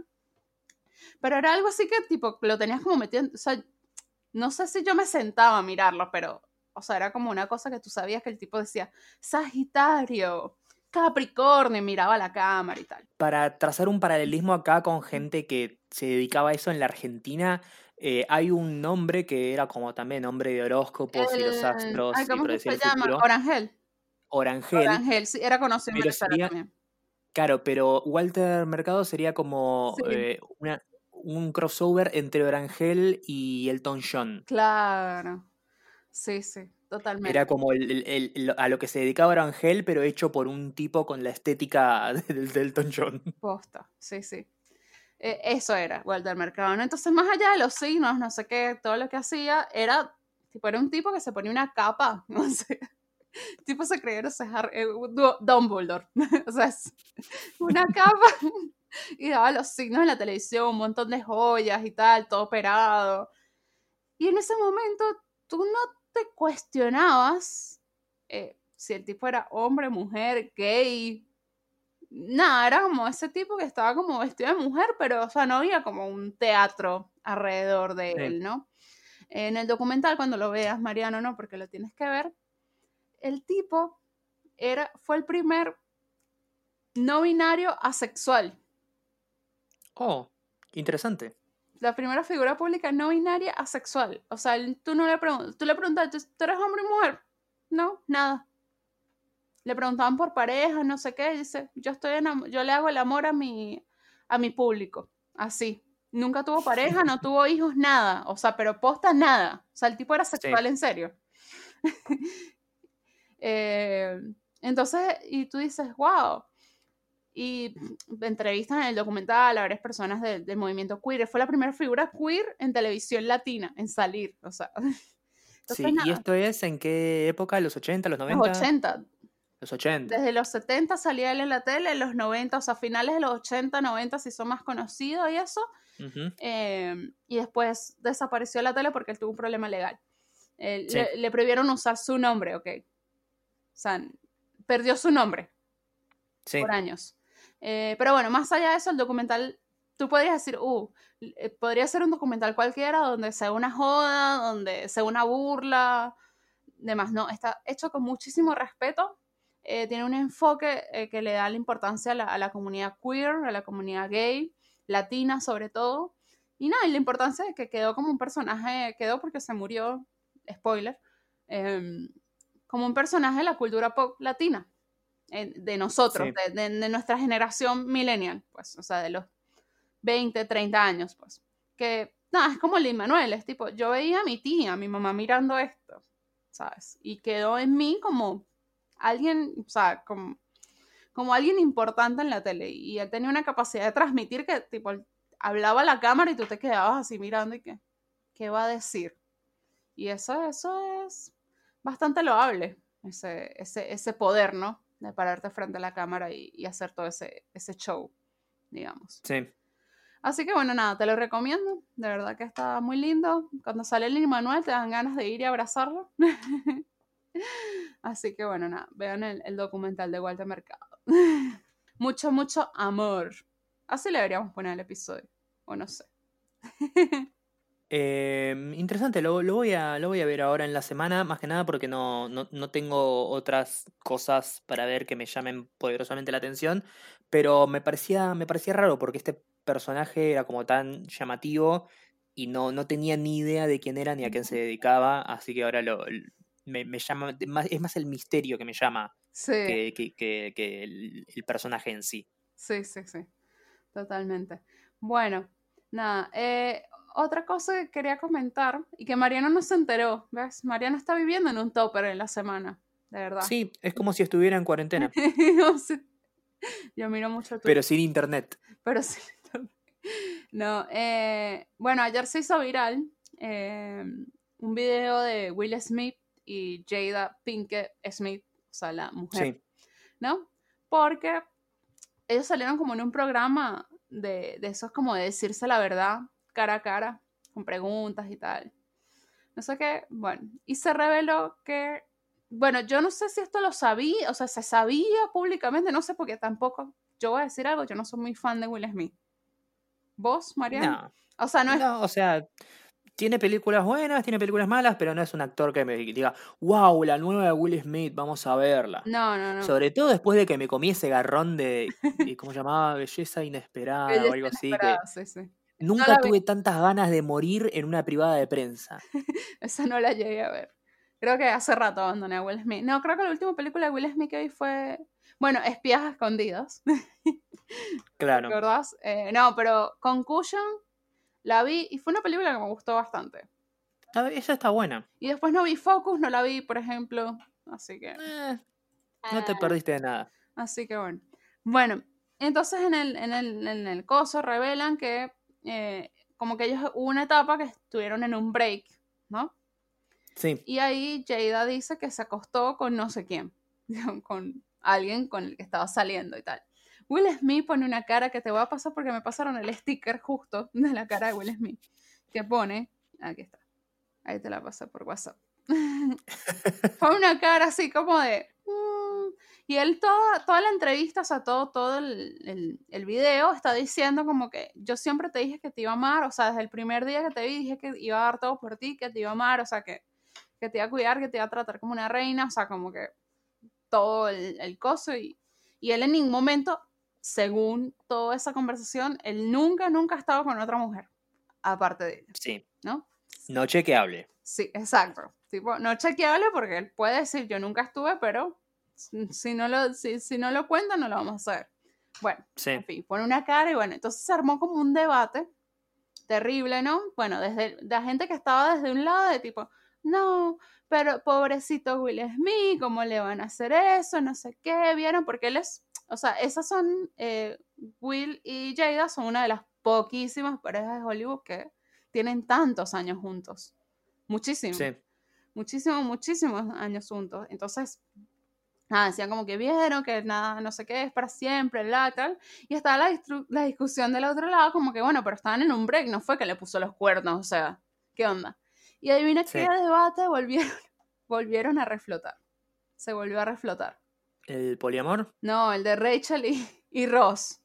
pero era algo así que tipo, lo tenías como metido, o sea, no sé si yo me sentaba a mirarlo, pero, o sea, era como una cosa que tú sabías que el tipo decía, Sagitario, Capricornio, y miraba a la cámara y tal. Para trazar un paralelismo acá con gente que se dedicaba a eso en la Argentina, eh, hay un nombre que era como también nombre de horóscopos y los El, ay, astros y ¿cómo que predecir se el llama? futuro, Orangel. Orangel, Orangel, sí, era conocido en pero Venezuela sería, también. claro, pero Walter Mercado sería como Sí, eh, una, un crossover entre Orangel y Elton John. claro. Sí, sí, Era totalmente. como el, el- el- el- a lo que se dedicaba Orangel, pero hecho por un tipo con la estética del de Elton John. Posta, sí, sí. Eh, eso era Walter Mercado, ¿no? Entonces, más allá de los signos, no sé qué, todo lo que hacía, era, tipo, era un tipo que se ponía una capa, no sé, tipo se creía, no sé, Harry- eh, Du- Dumbledore, o sea, es una capa y daba los signos en la televisión, un montón de joyas y tal, todo operado. Y en ese momento tú no te cuestionabas eh, si el tipo era hombre, mujer, gay, nada, era como ese tipo que estaba como vestido de mujer, pero, o sea, no había como un teatro alrededor de Sí. él, ¿no? En el documental, cuando lo veas, Mariano, no, porque lo tienes que ver, el tipo era, fue el primer no binario asexual. Oh, interesante. La primera figura pública no binaria asexual. O sea, él- tú no le preguntas, tú le preguntas, ¿tú eres hombre y mujer? No, nada. Le preguntaban por pareja, no sé qué, y dice, yo estoy enam- yo le hago el amor a mi, a mi público, así. Nunca tuvo pareja, no tuvo hijos, nada. O sea, pero posta nada. O sea, el tipo era Sí, sexual en serio. Eh, entonces, y tú dices, wow. Y entrevistan en el documental a varias personas del, del movimiento queer. Fue la primera figura queer en televisión latina, en salir. O sea, entonces sí. ¿Y nada, esto es en qué época? ¿Los ochenta, los los noventa? ochenta. Los ochenta. Desde los setenta salía él en la tele, en los noventa, o sea, finales de los ochenta, noventa, si son más conocidos y eso. Ujú. Eh, y después desapareció de la tele porque él tuvo un problema legal. Eh, Sí, le, le prohibieron usar su nombre, ok. O sea, perdió su nombre sí, por años. Eh, pero bueno, más allá de eso, el documental, tú podrías decir, uh, eh, podría ser un documental cualquiera donde sea una joda, donde sea una burla, demás. No, está hecho con muchísimo respeto. Eh, tiene un enfoque eh, que le da la importancia a la, a la comunidad queer, a la comunidad gay, latina sobre todo. Y nada, y la importancia de que quedó como un personaje, quedó porque se murió, spoiler, eh, como un personaje de la cultura pop latina, eh, de nosotros, sí, de, de, de, nuestra generación millennial, pues, o sea, de los veinte, treinta años, pues. Que, nada, es como Lin Manuel, es tipo, yo veía a mi tía, a mi mamá mirando esto, ¿sabes? Y quedó en mí como alguien, o sea, como, como alguien importante en la tele. Y él tenía una capacidad de transmitir que, tipo, hablaba a la cámara y tú te quedabas así mirando y que, ¿qué va a decir? Y eso, eso es bastante loable, ese, ese, ese poder, ¿no? De pararte frente a la cámara y, y hacer todo ese, ese show, digamos. sí. Así que bueno, nada, te lo recomiendo. De verdad que está muy lindo. Cuando sale el Manuel te dan ganas de ir y abrazarlo. Así que bueno, nada, vean el, el documental de Walter Mercado. Mucho, mucho amor. Así le deberíamos poner el episodio. O no sé. Eh, interesante, lo, lo voy a, lo voy a ver ahora en la semana, más que nada porque no, no, no tengo otras cosas para ver que me llamen poderosamente la atención, pero me parecía, me parecía raro porque este personaje era como tan llamativo y no, no tenía ni idea de quién era ni a quién se dedicaba, así que ahora lo, me, me llama, más- es más el misterio que me llama Sí, que, que, que, que el, el personaje en sí. sí, sí, sí. Totalmente. Bueno, nada. Eh, otra cosa que quería comentar y que Mariano no se enteró, ¿ves? Mariano está viviendo en un topper en la semana. de verdad. Sí, es como si estuviera en cuarentena. No sé. Yo miro mucho Twitter. Pero sin internet. Pero sin internet. No, eh, bueno, ayer se hizo viral eh, un video de Will Smith y Jada Pinkett Smith, o sea, la mujer, Sí. ¿no? Porque ellos salieron como en un programa de, de esos como de decirse la verdad cara a cara, con preguntas y tal. No sé qué, bueno, y se reveló que, bueno, yo no sé si esto lo sabía, o sea, se sabía públicamente, no sé, porque tampoco, yo voy a decir algo, yo no soy muy fan de Will Smith. ¿Vos, Mariana? No. O sea, no es... No, o sea, tiene películas buenas, tiene películas malas, pero no es un actor que me diga, wow, la nueva de Will Smith, vamos a verla. No, no, no. Sobre todo después de que me comí ese garrón de, de ¿cómo se llamaba? Belleza inesperada Belleza o algo así, inesperada, que sí, sí. nunca No la vi. tuve tantas ganas de morir en una privada de prensa. Esa no la llegué a ver. Creo que hace rato abandoné a Will Smith. No, creo que la última película de Will Smith que vi fue, bueno, Espías Escondidas. Claro. ¿Recordás? Eh, no, pero Concussion la vi y fue una película que me gustó bastante. Ah, esa está buena. Y después no vi Focus, no la vi, por ejemplo. Así que... Eh, no te eh, perdiste de nada. Así que bueno. Bueno, entonces en el, en el, en el coso revelan que eh, como que ellos hubo una etapa que estuvieron en un break, ¿no? Sí. Y ahí Jada dice que se acostó con no sé quién, con alguien con el que estaba saliendo y tal. Will Smith pone una cara que te voy a pasar porque me pasaron el sticker justo de la cara de Will Smith, que pone, aquí está, ahí te la pasé por WhatsApp. Fue una cara así como de... Mm, y él toda, toda la entrevista, o sea, todo, todo el, el, el video está diciendo como que yo siempre te dije que te iba a amar, o sea, desde el primer día que te vi dije que iba a dar todo por ti, que te iba a amar, o sea, que, que te iba a cuidar, que te iba a tratar como una reina, o sea, como que todo el, el coso. Y, y él en ningún momento, según toda esa conversación, él nunca, nunca ha estado con otra mujer, aparte de ella. Sí. ¿No? No chequeable. Sí, exacto. Tipo, no chequeable porque él puede decir yo nunca estuve, pero si no lo, si, si no lo cuenta, no lo vamos a hacer. Bueno, sí. En fin, pone una cara y bueno, entonces se armó como un debate terrible, ¿no? Bueno, desde la gente que estaba desde un lado de tipo, no, pero pobrecito Will Smith, ¿cómo le van a hacer eso? No sé qué, ¿vieron? Porque él es, o sea, esas son, eh, Will y Jada son una de las poquísimas parejas de Hollywood que tienen tantos años juntos. Muchísimo. Sí. Muchísimos, muchísimos años juntos. Entonces, nada, decían como que vieron que nada, no sé qué, es para siempre, la tal. Y estaba la, la discusión del otro lado, como que bueno, pero estaban en un break, no fue que le puso los cuernos, o sea, ¿qué onda? Y adivina sí. qué debate volvieron, volvieron a reflotar. Se volvió a reflotar. ¿El poliamor? No, el de Rachel y, y Ross.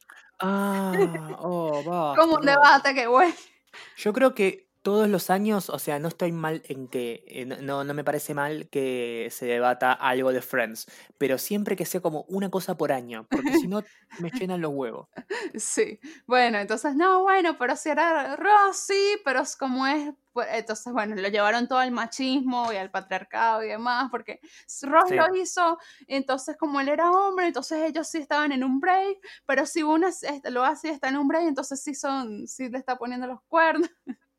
Ah, oh, basta, como un debate que bueno. Yo creo que todos los años, o sea, no estoy mal en que, eh, no, no me parece mal que se debata algo de Friends, pero siempre que sea como una cosa por año, porque si no me llenan los huevos. Sí, bueno, entonces, no, bueno, pero si era Ross, sí, pero es como es, pues, entonces, bueno, lo llevaron todo al machismo y al patriarcado y demás, porque Ross sí. lo hizo, entonces como él era hombre, entonces ellos sí estaban en un break, pero si uno lo hace y está en un break, entonces sí son, sí le está poniendo los cuernos.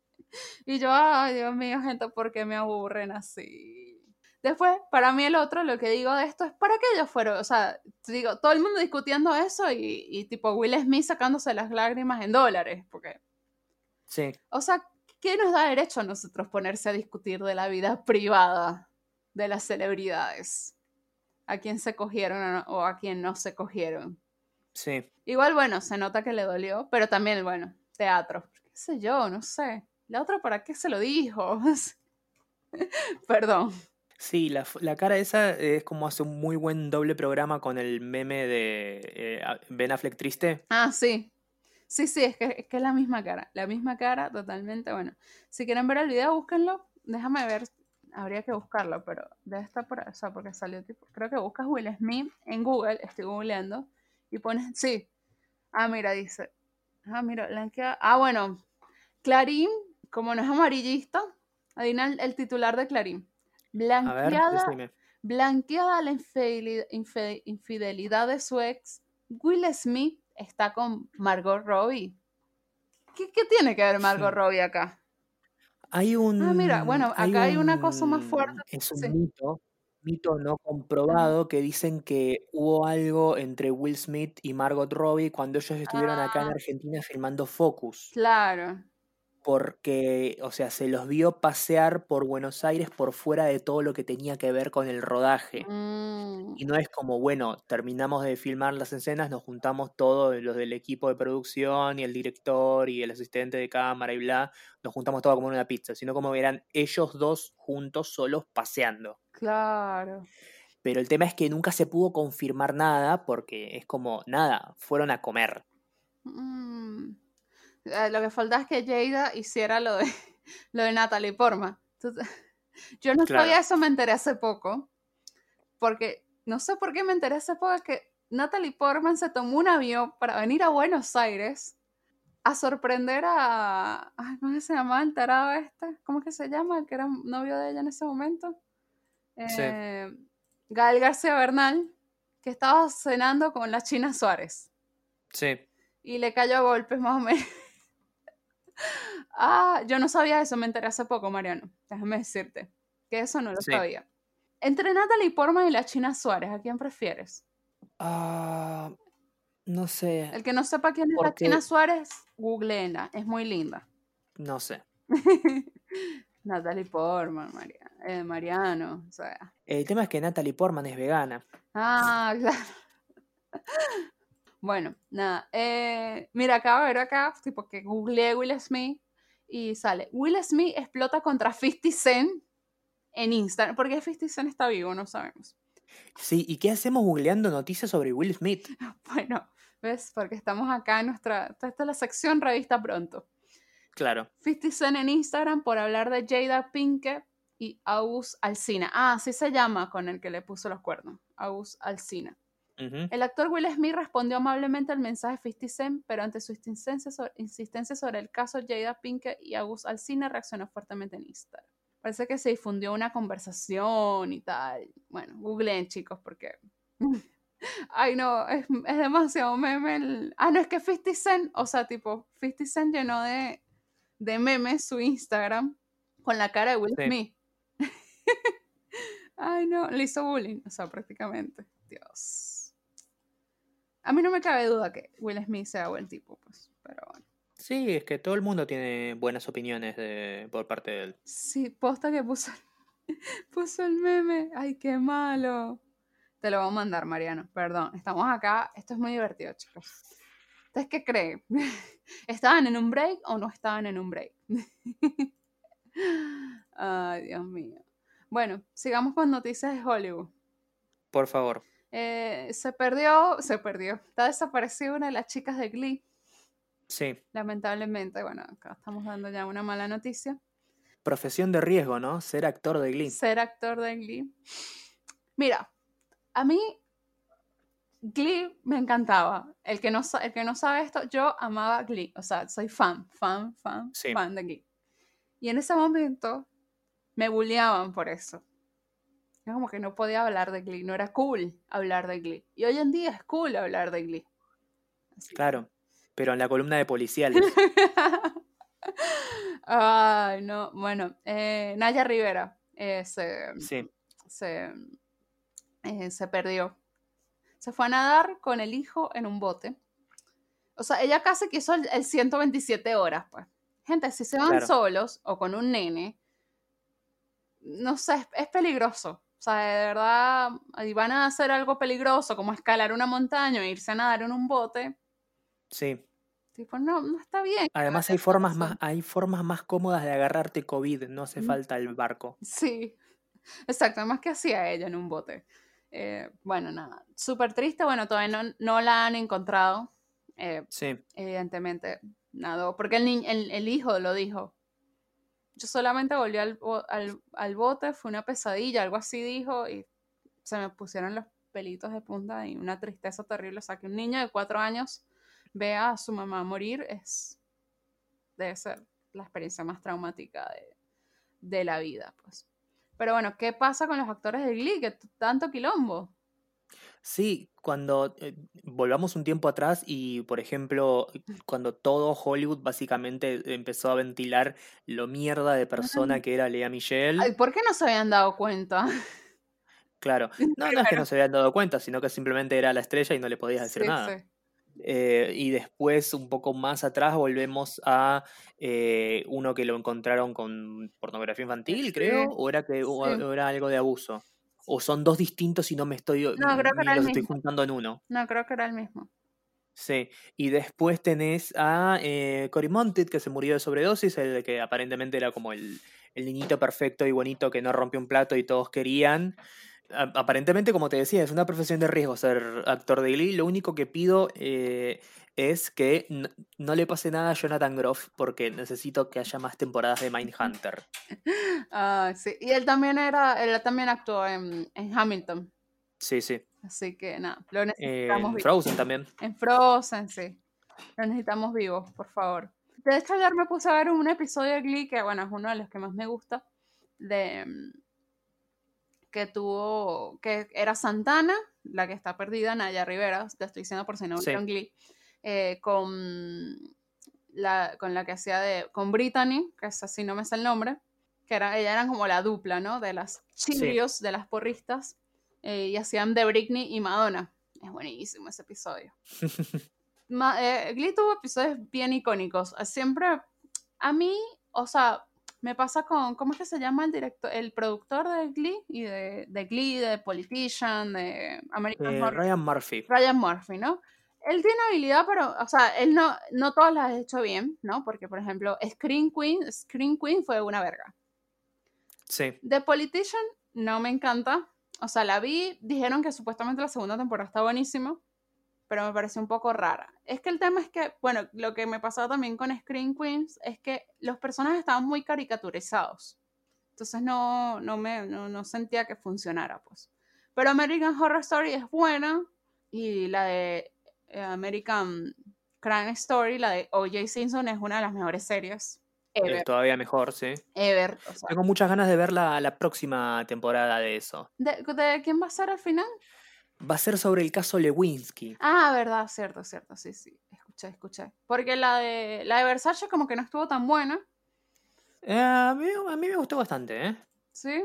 Y yo, ay, Dios mío, gente, ¿por qué me aburren así? Después, para mí el otro, lo que digo de esto es, ¿para qué ellos fueron? O sea, digo, todo el mundo discutiendo eso y, y tipo Will Smith sacándose las lágrimas en dólares, porque... Sí. O sea, ¿qué nos da derecho a nosotros ponerse a discutir de la vida privada de las celebridades? ¿A quién se cogieron o a quién no se cogieron? Sí. Igual, bueno, se nota que le dolió, pero también, bueno, teatro. ¿Qué sé yo? No sé. La otra, ¿para qué se lo dijo? Perdón. Sí, la, la cara esa es como hace un muy buen doble programa con el meme de eh, Ben Affleck triste. Ah, sí. Sí, sí, es que, es que es la misma cara. La misma cara, totalmente. Bueno, si quieren ver el video, búsquenlo. Déjame ver. Habría que buscarlo, pero debe estar por eso, porque salió tipo... Creo que buscas Will Smith en Google. Estoy googleando. Y pones... Sí. Ah, mira, dice... Ah, mira, blanqueada... Ah, bueno. Clarín, como no es amarillista, adivina el, el titular de Clarín. Blanqueada, A ver, blanqueada la infidelidad, infidelidad de su ex, Will Smith está con Margot Robbie. ¿Qué, qué tiene que ver Margot sí. Robbie acá? Hay un... Ah, mira, bueno, hay acá un, hay una cosa más fuerte. Es un sí. mito mito no Ajá. comprobado que dicen que hubo algo entre Will Smith y Margot Robbie cuando ellos estuvieron acá en Ah, Argentina filmando Focus. claro. Porque, o sea, se los vio pasear por Buenos Aires por fuera de todo lo que tenía que ver con el rodaje. Mm, Y no es como, bueno, terminamos de filmar las escenas, nos juntamos todos los del equipo de producción y el director y el asistente de cámara y bla, nos juntamos todos como en una pizza, sino como eran ellos dos juntos solos paseando. claro. Pero el tema es que nunca se pudo confirmar nada porque es como, nada, fueron a comer. Mm. Eh, Lo que falta es que Jada hiciera lo de, lo de Natalie Portman. Tú- Yo no sabía Claro, eso, me enteré hace poco, porque no sé por qué me enteré hace poco que Natalie Portman se tomó un avión para venir a Buenos Aires a sorprender a... Ay, ¿cómo se llama el tarado este? ¿Cómo es que se llama? El que era novio de ella en ese momento. sí, Eh, Gael García Bernal, que estaba cenando con la China Suárez. sí, Y le cayó a golpes más o menos. Ah, yo no sabía eso, me enteré hace poco, Mariano. Déjame decirte que eso no lo sí. sabía. Entre Natalie Portman y la China Suárez, ¿a quién prefieres? Ah, no sé, El que no sepa quién es la China porque, Suárez, googleenla, es muy linda. no sé. Natalie Portman, Maria- eh, Mariano, o sea. El tema es que Natalie Portman es vegana. Ah, claro. Bueno, nada. eh, mira, acabo de ver acá, tipo que googleé Will Smith y sale, Will Smith explota contra fifty Cent en Instagram. ¿Por qué fifty Cent está vivo? No sabemos. Sí, ¿y qué hacemos googleando noticias sobre Will Smith? Bueno, ¿ves? Porque estamos acá en nuestra... Esta es la sección Revista Pronto. Claro. fifty Cent en Instagram por hablar de Jada Pinkett y Agus Alsina. Ah, así se llama con el que le puso los cuernos. Agus Alsina. Ujú. El actor Will Smith respondió amablemente al mensaje de fifty Cent, pero ante su insistencia sobre, insistencia sobre el caso, Jada Pinkett y Agus Alsina reaccionó fuertemente en Instagram. Parece que se difundió una conversación y tal. Bueno, googleen, chicos, porque... Ay, no, es, es demasiado meme. El... Ah, no, es que fifty Cent, o sea, tipo, fifty Cent llenó de, de memes su Instagram con la cara de Will Sí. Smith. Ay, no, le hizo bullying, o sea, prácticamente. Dios. A mí no me cabe duda que Will Smith sea buen tipo, pues, pero bueno. Sí, es que todo el mundo tiene buenas opiniones de, por parte de él. Sí, posta que puso, puso el meme. Ay, qué malo. Te lo voy a mandar, Mariano. Perdón, estamos acá. Esto es muy divertido, chicos. ¿Ustedes qué creen? ¿Estaban en un break o no estaban en un break? Ay, Dios mío. Bueno, sigamos con noticias de Hollywood. Por favor. Eh, se perdió, se perdió. Está desaparecida una de las chicas de Glee. Sí. Lamentablemente, bueno, acá estamos dando ya una mala noticia. Profesión de riesgo, ¿no? Ser actor de Glee. Ser actor de Glee. Mira, a mí Glee me encantaba. El que, no, el que no sabe esto, yo amaba Glee. O sea, soy fan, fan, fan, Sí. fan de Glee. Y en ese momento me bulleaban por eso. Era como que no podía hablar de Glee. No era cool hablar de Glee. Y hoy en día es cool hablar de Glee. Así. Claro. Pero en la columna de policiales. Ay, no. Bueno, eh, Naya Rivera eh, se, Sí. se, eh, se perdió. Se fue a nadar con el hijo en un bote. O sea, ella casi que hizo el, el ciento veintisiete horas, pues. Gente, si se van Claro. solos o con un nene, no sé, es, es peligroso. O sea, de verdad, y van a hacer algo peligroso, como escalar una montaña o irse a nadar en un bote. Sí. Tipo, no, no está bien. Además hay formas más, hay formas más cómodas de agarrarte COVID, no hace falta el barco. Sí, exacto, además que hacía ella en un bote. Eh, bueno, nada, súper triste, bueno, todavía no, no la han encontrado. Eh, Sí. evidentemente, nada, porque el, ni el, el hijo lo dijo. Yo solamente volví al, al, al bote, fue una pesadilla, algo así dijo, y se me pusieron los pelitos de punta y una tristeza terrible. O sea, que un niño de cuatro años vea a su mamá morir es, debe ser la experiencia más traumática de, de la vida, pues. Pero bueno, ¿qué pasa con los actores de Glee? Que tanto quilombo. Sí, cuando eh, volvamos un tiempo atrás y, por ejemplo, cuando todo Hollywood básicamente empezó a ventilar lo mierda de persona que era Lea Michele. Ay, ¿por qué no se habían dado cuenta? Claro. No, no es que no se habían dado cuenta, sino que simplemente era la estrella y no le podías decir Sí, nada. sí. Eh, y después, un poco más atrás, volvemos a eh, uno que lo encontraron con pornografía infantil, creo, Sí, o era que o, sí. o era algo de abuso. O son dos distintos y no me estoy No, creo que ni era el los estoy mismo. juntando en uno. No, creo que era el mismo. Sí. Y después tenés a eh, Cory Monteith, que se murió de sobredosis, el de que aparentemente era como el, el niñito perfecto y bonito que no rompió un plato y todos querían. A- Aparentemente, como te decía, es una profesión de riesgo ser actor de Glee. Lo único que pido eh, es que n- no le pase nada a Jonathan Groff, porque necesito que haya más temporadas de Mindhunter. Ah, sí. Y él también era, él también actuó en, en Hamilton. Sí, sí. Así que nada, lo necesitamos En vivo. Frozen también. En Frozen, sí. Lo necesitamos vivos, por favor. De hecho, ayer me puse a ver un episodio de Glee, que bueno, es uno de los que más me gusta, de mm, que tuvo, que era Santana, la que está perdida, Naya Rivera, te estoy diciendo por si no vieron Sí, Glee, eh, con la, con la que hacía de, con Brittany, que es así, no me sé el nombre, que era, ella eran como la dupla, ¿no? De las sí. Cheerios, de las porristas, eh, y hacían de Britney y Madonna. Es buenísimo ese episodio. Ma- eh, Glee tuvo episodios bien icónicos. Siempre, a mí, o sea, me pasa con, ¿cómo es que se llama el director, el productor de Glee? Y de, de Glee, de Politician, de American Eh, Horror, Ryan Murphy. Ryan Murphy, ¿no? Él tiene habilidad, pero, o sea, él no, no todas las ha hecho bien, ¿no? Porque, por ejemplo, Scream Queen, Scream Queen fue una verga. Sí. The Politician no me encanta. O sea, la vi, dijeron que supuestamente la segunda temporada está buenísima, pero me pareció un poco rara. Es que el tema es que, bueno, lo que me pasaba también con Scream Queens es que los personajes estaban muy caricaturizados. Entonces no, no, me, no, no sentía que funcionara, pues. Pero American Horror Story es buena y la de eh, American Crime Story, la de O J Simpson, es una de las mejores series Es ever, todavía mejor, sí. ever. O sea, Tengo muchas ganas de ver la, la próxima temporada de eso. ¿de, de quién va a ser al final? Va a ser sobre el caso Lewinsky. Ah, verdad, cierto, cierto, sí, sí. Escuché, escuché. Porque la de, la de Versace como que no estuvo tan buena, Eh, a mí, a mí me gustó bastante, ¿eh? ¿sí?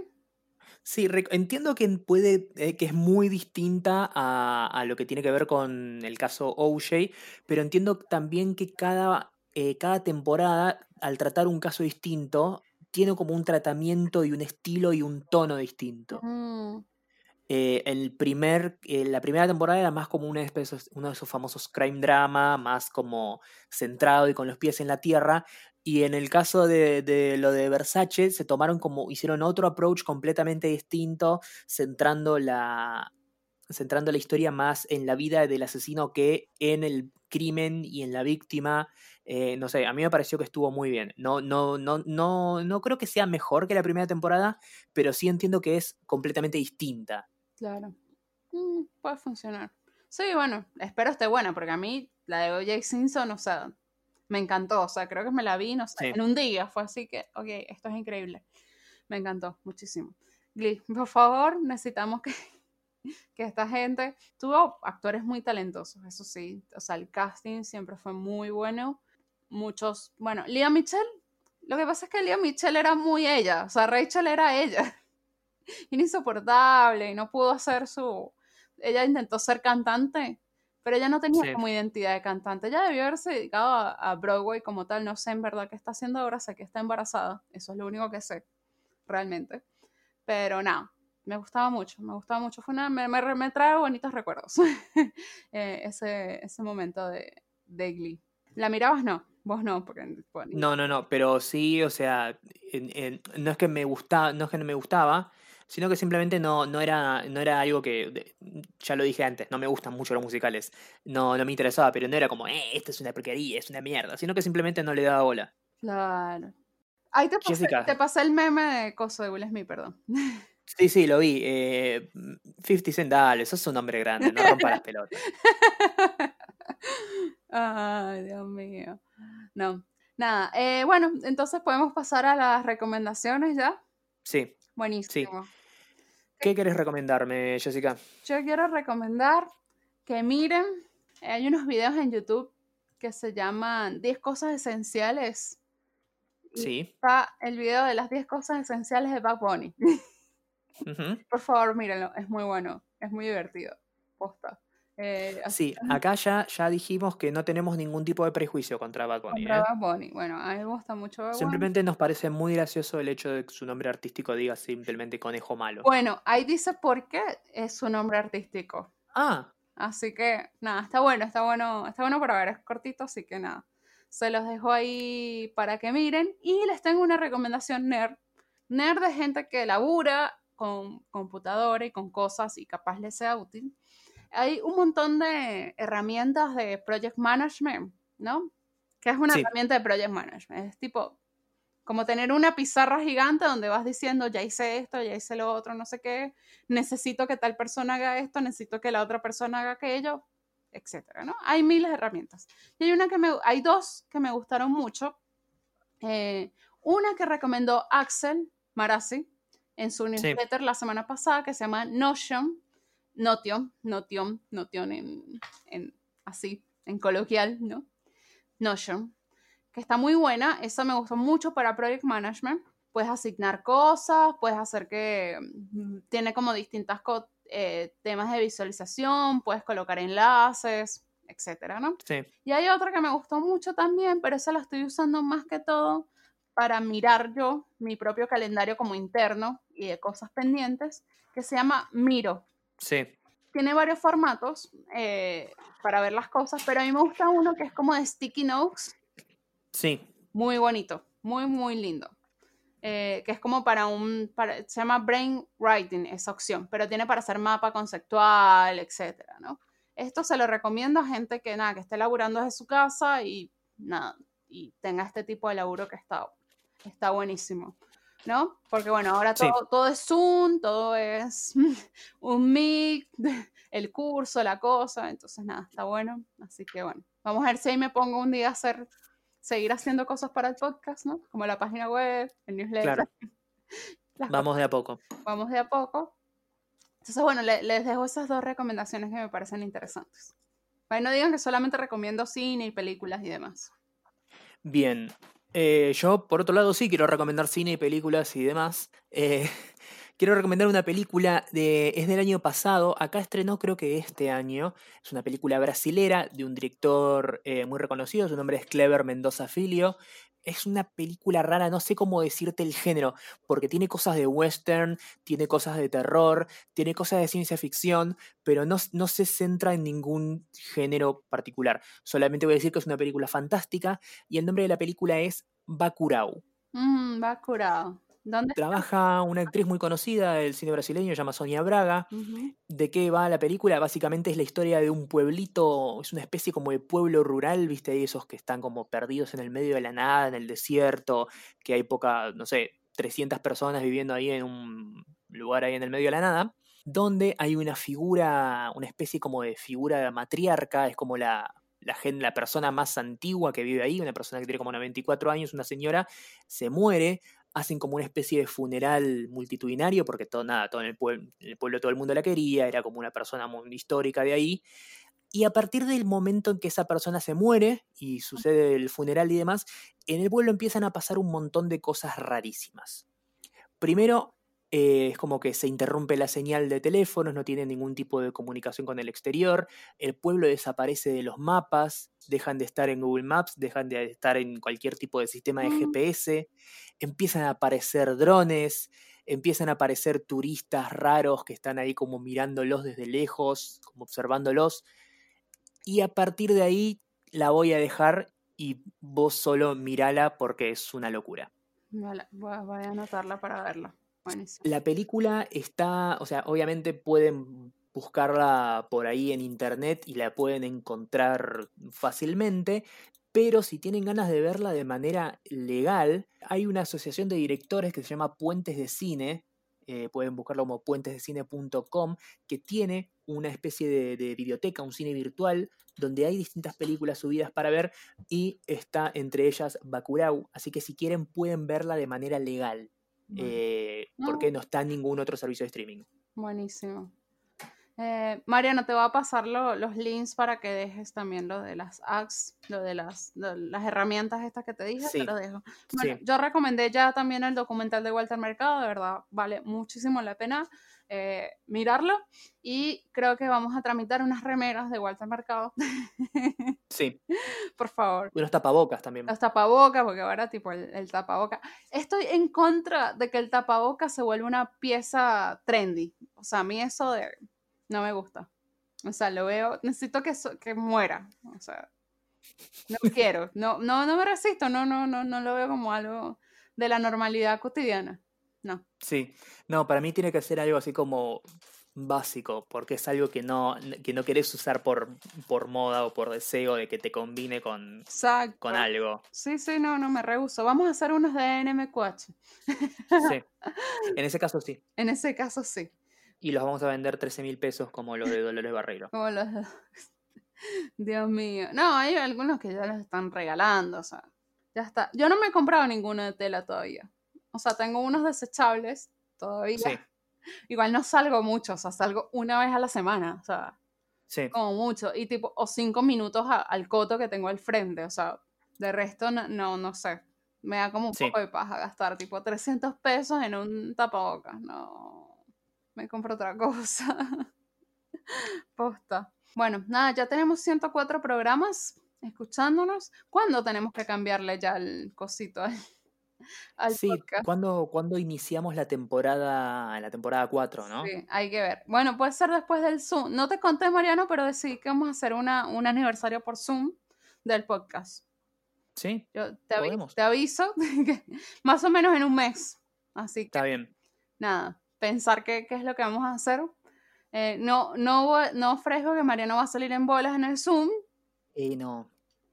Sí, rec- entiendo que puede, eh, que es muy distinta a, a lo que tiene que ver con el caso O J, pero entiendo también que cada, eh, cada temporada, al tratar un caso distinto, tiene como un tratamiento y un estilo y un tono distinto. Mm, Eh, el primer, eh, la primera temporada era más como una especie, uno de esos famosos crime drama, más como centrado y con los pies en la tierra. Y en el caso de, de lo de Versace, se tomaron como, hicieron otro approach completamente distinto, centrando la, centrando la historia más en la vida del asesino que en el crimen y en la víctima. Eh, no sé, a mí me pareció que estuvo muy bien. No, no, no, no, no creo que sea mejor que la primera temporada, pero sí entiendo que es completamente distinta. claro. Mm, puede funcionar. Sí, bueno, espero esté buena, porque a mí la de O J Simpson, o sea, me encantó. O sea, creo que me la vi, no sé, Sí. en un día. Fue así que, ok, esto es increíble. Me encantó muchísimo. Glee, por favor, necesitamos que, que esta gente tuvo actores muy talentosos, eso sí. O sea, el casting siempre fue muy bueno. Muchos, bueno, Lea Michelle, lo que pasa es que Lea Michelle era muy ella, o sea, Rachel era ella. Era insoportable y no pudo hacer su... Ella intentó ser cantante, pero ella no tenía Sí. como identidad de cantante. Ella debió haberse dedicado a, a Broadway como tal. No sé en verdad qué está haciendo ahora, sé que está embarazada. Eso es lo único que sé, realmente. Pero nada, me gustaba mucho, me gustaba mucho. Fue una, me, me, me trae bonitos recuerdos eh, ese, ese momento de, de Glee. ¿La mirabas? No, vos no, porque... Bueno, No, no, no, pero sí, o sea, en- en- no es que me gustaba, no es que no me gustaba, sino que simplemente no, no era, no era algo que, de- ya lo dije antes, no me gustan mucho los musicales, no, no me interesaba, pero no era como, eh, esto es una porquería, es una mierda, sino que simplemente no le daba bola. claro. Ahí te pasé, te Jessica, pasé el meme de coso de Will Smith, perdón. sí, sí, lo vi, eh, cincuenta Cent, dale, sos un hombre grande, no rompa las pelotas. Ay, Dios mío. No, nada. Eh, bueno, entonces podemos pasar a las recomendaciones ya. Sí, sí. Buenísimo. ¿Qué querés recomendarme, Jessica? Yo quiero recomendar que miren, hay unos videos en YouTube que se llaman diez cosas esenciales y Sí, está el video de las diez cosas esenciales de Bad Bunny. Ujú. Por favor, mírenlo, es muy bueno, es muy divertido. Posta. Eh, así Sí, que acá ya, ya dijimos que no tenemos ningún tipo de prejuicio contra Bad Bunny, contra ¿eh? Bad Bunny. Bueno, a mí me gusta mucho Bad Bunny. Simplemente nos parece muy gracioso el hecho de que su nombre artístico diga simplemente Conejo Malo. Bueno, ahí dice por qué es su nombre artístico. Ah, Así que nada, está bueno, está bueno, está bueno para ver, es cortito, así que nada. Se los dejo ahí para que miren. Y les tengo una recomendación nerd. Nerd de gente que labura con computadora y con cosas y capaz les sea útil. Hay un montón de herramientas de project management, ¿no? ¿Qué es una sí, herramienta de project management? Es tipo como tener una pizarra gigante donde vas diciendo, ya hice esto, ya hice lo otro, no sé qué, necesito que tal persona haga esto, necesito que la otra persona haga aquello, etcétera, ¿no? Hay miles de herramientas. Y hay una que me, hay dos que me gustaron mucho. Eh, una que recomendó Axel Marazzi en su sí. newsletter la semana pasada, que se llama Notion, Notion, Notion, Notion en, en así, en coloquial, ¿no? Notion, que está muy buena. Esa me gustó mucho para Project Management. Puedes asignar cosas, puedes hacer que mm, tiene como distintas eh, temas de visualización, puedes colocar enlaces, etcétera, ¿no? Sí. Y hay otra que me gustó mucho también, pero esa la estoy usando más que todo para mirar yo mi propio calendario como interno y de cosas pendientes, que se llama Miro. Sí. Tiene varios formatos eh, para ver las cosas, pero a mí me gusta uno que es como de sticky notes, Sí. muy bonito, muy, muy lindo. Eh, que es como para un, para, se llama brainwriting, esa opción, pero tiene para hacer mapa conceptual, etcétera, ¿no? Esto se lo recomiendo a gente que, nada, que esté laburando desde su casa y, nada, y tenga este tipo de laburo que está, está buenísimo, ¿no? Porque, bueno, ahora Sí. todo, todo es Zoom, todo es un Meet, el curso, la cosa, entonces, nada, está bueno. Así que, bueno, vamos a ver si ahí me pongo un día a hacer seguir haciendo cosas para el podcast, ¿no? Como la página web, el newsletter. Claro. Las Vamos cosas. de a poco. Vamos de a poco. Entonces, bueno, le, les dejo esas dos recomendaciones que me parecen interesantes. Para que no digan que solamente recomiendo cine y películas y demás. Bien. Eh, yo, por otro lado, sí quiero recomendar cine y películas y demás. Eh, quiero recomendar una película de. Es del año pasado. Acá estrenó, creo que este año. Es una película brasilera de un director eh, muy reconocido. Su nombre es Cleber Mendoza Filho. Es una película rara, no sé cómo decirte el género, porque tiene cosas de western, tiene cosas de terror, tiene cosas de ciencia ficción, pero no, no se centra en ningún género particular. Solamente voy a decir que es una película fantástica y el nombre de la película es Bacurau. Mmm, va curado. ¿Dónde está? Trabaja una actriz muy conocida del cine brasileño, se llama Sonia Braga. Uh-huh. ¿De qué va la película? Básicamente es la historia de un pueblito, es una especie como de pueblo rural, ¿viste? Hay esos que están como perdidos en el medio de la nada, en el desierto, que hay poca, no sé, trescientas personas viviendo ahí en un lugar ahí en el medio de la nada, donde hay una figura, una especie como de figura matriarca, es como la, la, gen, la persona más antigua que vive ahí, una persona que tiene como noventa y cuatro años, una señora, se muere. Hacen como una especie de funeral multitudinario, porque todo, nada, todo en el, pueblo, en el pueblo todo el mundo la quería, era como una persona muy histórica de ahí. Y a partir del momento en que esa persona se muere y sucede el funeral y demás, en el pueblo empiezan a pasar un montón de cosas rarísimas. Primero, eh, es como que se interrumpe la señal de teléfonos, no tiene ningún tipo de comunicación con el exterior, el pueblo desaparece de los mapas, dejan de estar en Google Maps, dejan de estar en cualquier tipo de sistema de G P S, empiezan a aparecer drones, empiezan a aparecer turistas raros que están ahí como mirándolos desde lejos, como observándolos, y a partir de ahí la voy a dejar y vos solo mirala porque es una locura. Vale, voy, voy a anotarla para verla. Buenísimo. La película está, o sea, obviamente pueden buscarla por ahí en internet y la pueden encontrar fácilmente, pero si tienen ganas de verla de manera legal, hay una asociación de directores que se llama Puentes de Cine, eh, pueden buscarlo como puentes de cine punto com, que tiene una especie de, de biblioteca, un cine virtual, donde hay distintas películas subidas para ver y está entre ellas Bacurau, así que si quieren pueden verla de manera legal. Bueno. Eh, No, porque no está en ningún otro servicio de streaming. buenísimo. Eh, Mariano, te voy a pasar lo- los links para que dejes también lo de las apps, lo de las, lo de las herramientas estas que te dije, te Sí, lo dejo. Bueno, sí. yo recomendé ya también el documental de Walter Mercado, de verdad, vale muchísimo la pena eh, mirarlo y creo que vamos a tramitar unas remeras de Walter Mercado, Sí. por favor. Unos tapabocas también. Los tapabocas, porque ahora tipo el, el tapaboca. Estoy en contra de que el tapaboca se vuelva una pieza trendy. O sea, a mí eso de no me gusta. O sea, lo veo, necesito que, so- que muera. O sea, no quiero. No, no, no me resisto. No, no, no, no lo veo como algo de la normalidad cotidiana. No. Sí. No, para mí tiene que ser algo así como básico, porque es algo que no, que no querés usar por, por moda o por deseo de que te combine con, Exacto. con algo. Sí, sí, no, no me rehuso. Vamos a hacer unos de N M Q H. Sí. En ese caso sí. En ese caso sí. Y los vamos a vender trece mil pesos como los de Dolores Barreiro. Como los... Dios mío. No, hay algunos que ya los están regalando, o sea, ya está. Yo no me he comprado ninguno de tela todavía. O sea, tengo unos desechables todavía. Sí, Igual no salgo mucho, o sea, salgo una vez a la semana, o sea, sí, como mucho. Y tipo, o cinco minutos a- al coto que tengo al frente, o sea, de resto no, no, no sé. Me da como un sí. poco de paja gastar tipo trescientos pesos en un tapabocas. No, me compro otra cosa. Posta. Bueno, nada, ya tenemos ciento cuatro programas escuchándonos. ¿Cuándo tenemos que cambiarle ya el cosito al, al Sí, podcast? ¿cuándo, cuándo iniciamos la temporada, la temporada cuatro, ¿no? Sí, hay que ver. Bueno, puede ser después del Zoom. No te conté, Mariano, pero decidí que vamos a hacer una, un aniversario por Zoom del podcast. Sí, Yo te, avi- podemos. te aviso que más o menos en un mes. Así que Está bien. nada, pensar qué, qué es lo que vamos a hacer. Eh, no, no, voy- no ofrezco que Mariano va a salir en bolas en el Zoom. Y no.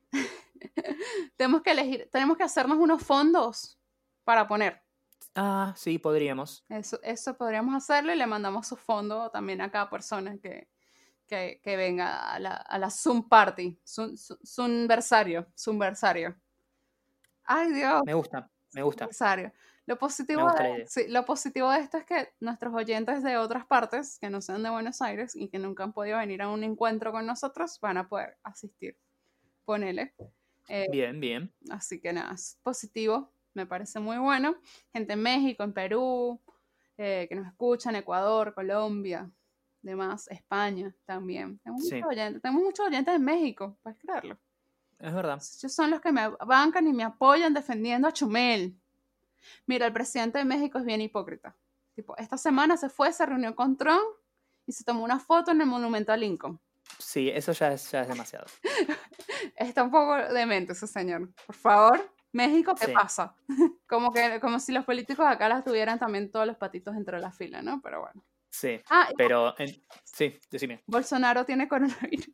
Tenemos que elegir, tenemos que hacernos unos fondos para poner. Ah, sí, podríamos. Eso, eso podríamos hacerlo y le mandamos su fondo también a cada persona que, que, que venga a la, a la Zoom Party. Zoom, Zoom, Zoomversario. Zoomversario. Ay, Dios. Me gusta, me gusta. Zoomversario. Lo Me positivo, gusta de, la idea. sí, lo positivo de esto es que nuestros oyentes de otras partes, que no sean de Buenos Aires y que nunca han podido venir a un encuentro con nosotros, van a poder asistir. Ponele. Eh, Bien, bien. Así que nada, es positivo, me parece muy bueno. Gente en México, en Perú, eh, que nos escuchan, Ecuador, Colombia, demás, España también. Tenemos Sí, muchos oyentes, tenemos muchos oyentes en México, puedes creerlo. es verdad. Ellos son los que me bancan y me apoyan defendiendo a Chumel. Mira, el presidente de México es bien hipócrita. Tipo, esta semana se fue, se reunió con Trump y se tomó una foto en el monumento a Lincoln. Sí, eso ya es, ya es demasiado. Está un poco demente ese señor. Por favor, México, ¿qué Sí. pasa? Como que, como si los políticos acá las tuvieran también todos los patitos dentro de la fila, ¿no? Pero bueno. Sí, Ah, y pero en- sí, decime. Bolsonaro tiene coronavirus.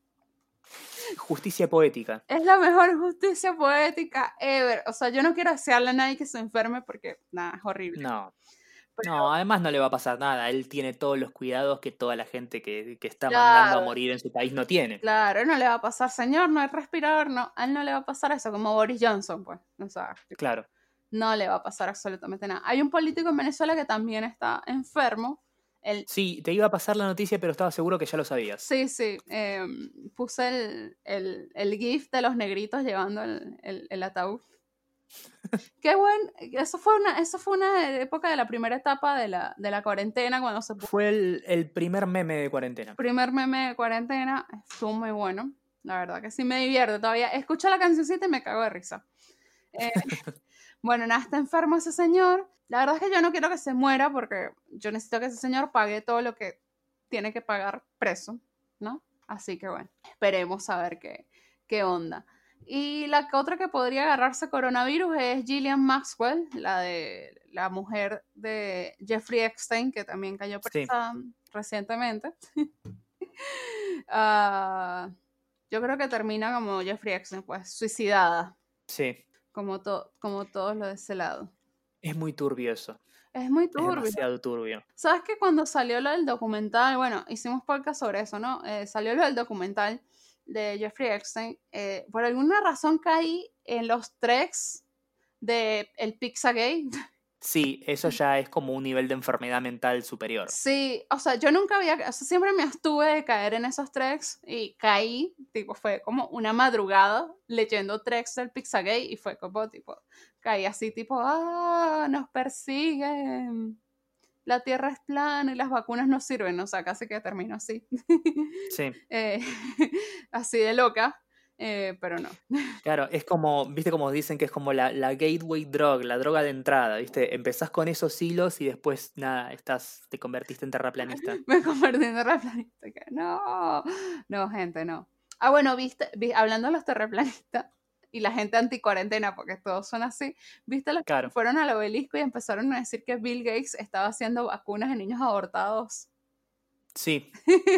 Justicia poética. Es la mejor justicia poética ever. O sea, yo no quiero desearle a nadie que se enferme porque, nada, es horrible. No, Pero, no, además no le va a pasar nada. Él tiene todos los cuidados que toda la gente que, que está Claro. mandando a morir en su país no tiene. claro, no le va a pasar, señor, no hay respirador, no, a él no le va a pasar eso, como Boris Johnson, pues. O sea, Claro. no le va a pasar absolutamente nada. Hay un político en Venezuela que también está enfermo. El, Sí, te iba a pasar la noticia, pero estaba seguro que ya lo sabías. Sí, sí. eh, puse el, el, el GIF de los negritos llevando el, el, el ataúd. Qué buen. Eso fue una, eso fue una época de la primera etapa de la, de la cuarentena, cuando se puso Fue el, el primer meme de cuarentena. el primer meme de cuarentena. Estuvo muy bueno. La verdad que sí me divierte todavía. Escucho la cancioncita y me cago de risa. Eh, bueno, nada, está enfermo ese señor. La verdad es que yo no quiero que se muera porque yo necesito que ese señor pague todo lo que tiene que pagar preso, ¿no? Así que bueno, esperemos a ver qué, qué onda. Y la otra que podría agarrarse coronavirus es Ghislaine Maxwell, la de la mujer de Jeffrey Epstein, que también cayó presa sí. recientemente. uh, yo creo que termina como Jeffrey Epstein, pues suicidada. Sí. Como, to como todos los de ese lado. Es muy turbio eso. Es muy turbio. Es demasiado turbio. ¿Sabes que cuando salió lo del documental, bueno, hicimos podcast sobre eso, ¿no? Eh, salió lo del documental de Jeffrey Epstein, eh, por alguna razón caí en los tracks de el Pizzagate Sí, eso ya es como un nivel de enfermedad mental superior. Sí, o sea, yo nunca había, o sea, siempre me abstuve de caer en esos treks y caí, tipo, fue como una madrugada leyendo treks del Pizzagate y fue como, tipo, caí así, tipo, ah, nos persiguen, la Tierra es plana y las vacunas no sirven, o sea, casi que termino así. Sí. eh, así de loca. Eh, pero no. Claro, es como, viste como dicen que es como la, la gateway drug, la droga de entrada, viste, empezás con esos hilos y después nada, estás, te convertiste en terraplanista. Me convertí en terraplanista. No, no, gente, no. Ah, bueno, viste, vi, hablando de los terraplanistas y la gente anti-cuarentena, porque todos son así, viste los Claro. que fueron al obelisco y empezaron a decir que Bill Gates estaba haciendo vacunas en niños abortados. Sí.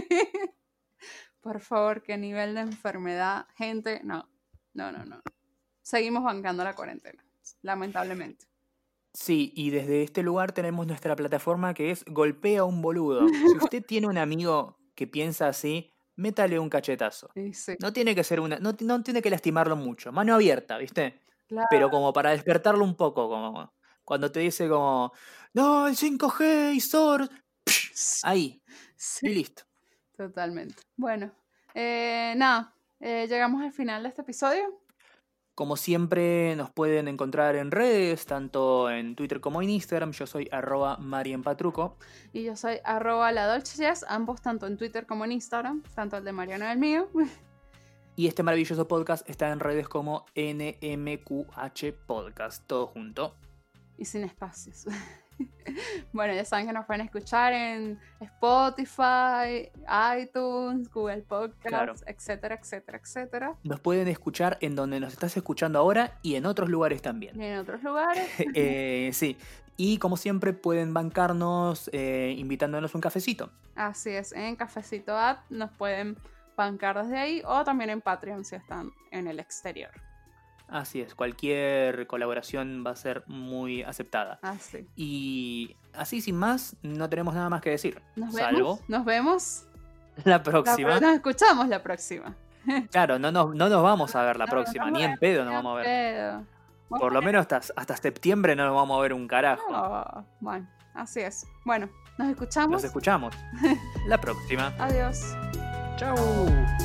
Por favor, qué nivel de enfermedad, gente, no, no, no, no. Seguimos bancando la cuarentena, lamentablemente. Sí, y desde este lugar tenemos nuestra plataforma que es Golpea un boludo. Si usted tiene un amigo que piensa así, métale un cachetazo. Sí, sí. No tiene que ser una, no, no tiene que lastimarlo mucho, mano abierta, ¿viste? Claro. Pero como para despertarlo un poco, como cuando te dice como, no, el cinco G y S O R, ahí, sí. y listo. Totalmente. Bueno, eh, nada, eh, llegamos al final de este episodio. Como siempre nos pueden encontrar en redes, tanto en Twitter como en Instagram. Yo soy arroba marienpatruco. Y yo soy arroba la Dolce Jess, ambos tanto en Twitter como en Instagram, tanto el de Mariano y el mío. Y este maravilloso podcast está en redes como N M Q H Podcast, todo junto. Y sin espacios. Bueno, ya saben que nos pueden escuchar en Spotify, iTunes, Google Podcasts, claro. etcétera, etcétera, etcétera. Nos pueden escuchar en donde nos estás escuchando ahora y en otros lugares también. Y en otros lugares. eh, sí, y como siempre pueden bancarnos eh, invitándonos un cafecito. Así es, en Cafecito App nos pueden bancar desde ahí o también en Patreon si están en el exterior. Así es, cualquier colaboración va a ser muy aceptada. Así. Y así sin más, no tenemos nada más que decir. Nos salvo vemos. Nos vemos. La próxima. La, nos escuchamos la próxima. Claro, no nos, no nos vamos a ver la no, próxima, no ni en pedo nos vamos a ver. Pedo. Por lo menos hasta, hasta septiembre no nos vamos a ver un carajo. No, bueno, así es. Bueno, nos escuchamos. Nos escuchamos. La próxima. Adiós. Chau.